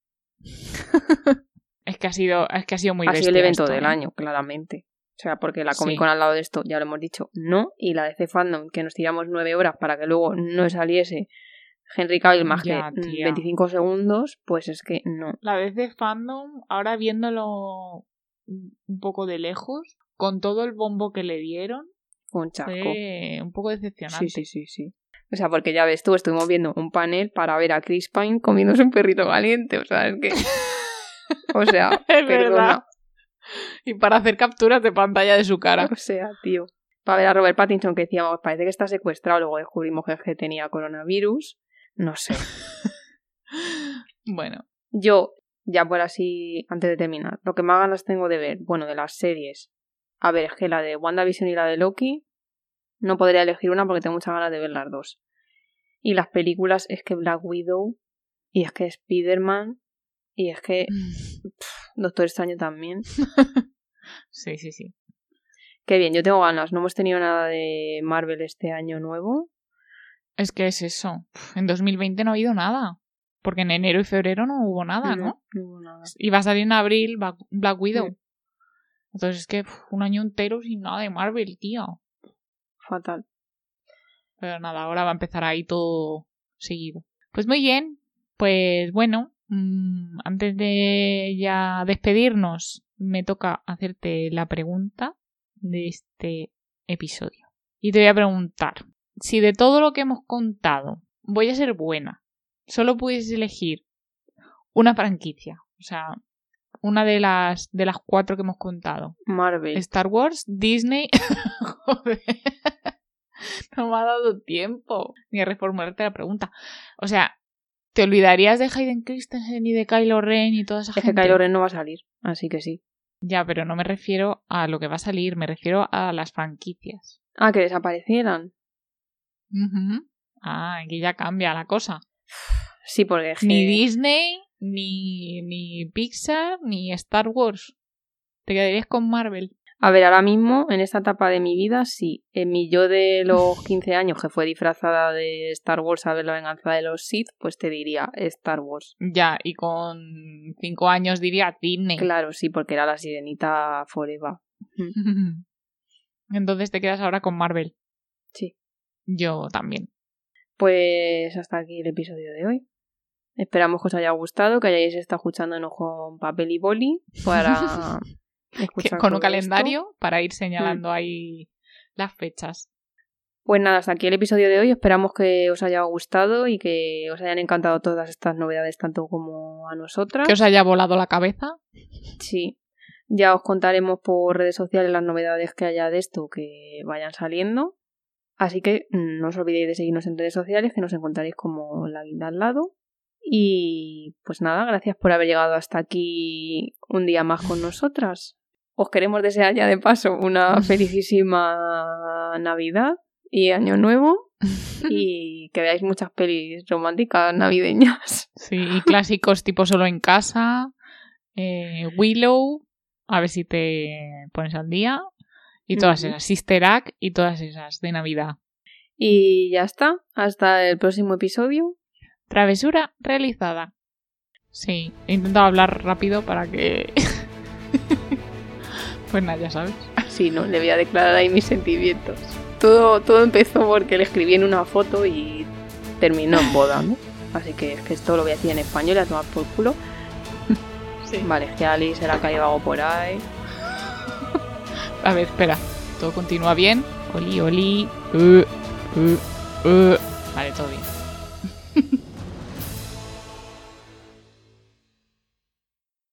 es que ha sido, es que ha sido muy bestia. Ha sido el evento esto, del ¿eh? año, claramente. O sea, porque la Comic sí. Con al lado de esto, ya lo hemos dicho, no. Y la D C Fandom, que nos tiramos nueve horas para que luego no saliese Henry Cavill más Ya, que tía. veinticinco segundos, pues es que no. La vez de fandom, ahora viéndolo un poco de lejos, con todo el bombo que le dieron, Fue un chasco. fue un poco decepcionante. Sí, sí, sí, sí. O sea, porque ya ves tú, estuvimos viendo un panel para ver a Chris Pine comiéndose un perrito caliente. O sea, es que... O sea, Es perdona. verdad. Y para hacer capturas de pantalla de su cara. O sea, tío. Para ver a Robert Pattinson que decíamos, parece que está secuestrado, luego descubrimos que, es que tenía coronavirus. No sé. Bueno. Yo, ya por así, antes de terminar, lo que más ganas tengo de ver, bueno, de las series. A ver, es que la de WandaVision y la de Loki, no podría elegir una porque tengo muchas ganas de ver las dos. Y las películas es que Black Widow, y es que Spider-Man, y es que pff, Doctor Extraño también. Sí, sí, sí. Qué bien, yo tengo ganas. No hemos tenido nada de Marvel este año nuevo. Es que es eso. En dos mil veinte no ha habido nada. Porque en enero y febrero no hubo nada, ¿no? No, no hubo nada. Y va a salir en abril Black Widow. Sí. Entonces es que uf, un año entero sin nada de Marvel, tío. Fatal. Pero nada, ahora va a empezar ahí todo seguido. Pues muy bien. Pues bueno, mmm, antes de ya despedirnos, me toca hacerte la pregunta de este episodio. Y te voy a preguntar, si de todo lo que hemos contado voy a ser buena, solo puedes elegir una franquicia, o sea, una de las de las cuatro que hemos contado. Marvel. Star Wars, Disney... Joder, no me ha dado tiempo ni a reformularte la pregunta. O sea, ¿te olvidarías de Hayden Christensen y de Kylo Ren y toda esa es gente? que Kylo Ren no va a salir, así que sí. Ya, pero no me refiero a lo que va a salir, me refiero a las franquicias. Ah, que desaparecieran. Uh-huh. Ah, aquí ya cambia la cosa. Sí, porque... es Ni que... Disney, ni, ni Pixar, ni Star Wars. ¿Te quedarías con Marvel? A ver, ahora mismo, en esta etapa de mi vida, sí. En mi yo de los quince años, que fue disfrazada de Star Wars a ver la venganza de los Sith, pues te diría Star Wars. Ya, y con cinco años diría Disney. Claro, sí, porque era la sirenita forever. Entonces te quedas ahora con Marvel. Sí. Yo también. Pues hasta aquí el episodio de hoy. Esperamos que os haya gustado, que hayáis estado escuchándonos con papel y boli para escuchar con un todo calendario esto. para ir señalando mm. ahí las fechas. Pues nada, hasta aquí el episodio de hoy. Esperamos que os haya gustado y que os hayan encantado todas estas novedades tanto como a nosotras. Que os haya volado la cabeza. Sí. Ya os contaremos por redes sociales las novedades que haya de esto que vayan saliendo. Así que no os olvidéis de seguirnos en redes sociales, que nos encontraréis como La Guinda al Lado. Y pues nada, gracias por haber llegado hasta aquí un día más con nosotras. Os queremos desear ya de paso una felicísima Navidad y Año Nuevo y que veáis muchas pelis románticas navideñas. Sí, y clásicos tipo Solo en Casa, eh, Willow, a ver si te pones al día, y todas esas, Sister Act y todas esas de Navidad. Y ya está, hasta el próximo episodio. Travesura realizada. Sí, he intentado hablar rápido para que... Pues nada, ya sabes. Sí, no, le voy a declarar ahí mis sentimientos. Todo, todo empezó porque le escribí en una foto y terminó en boda, ¿no? Así que es que esto lo voy a decir en español y a tomar por culo. Sí. Vale, que Ali será que ha llevado por ahí. A ver, espera. Todo continúa bien. Oli, oli. Uh, uh, uh. Vale, todo bien.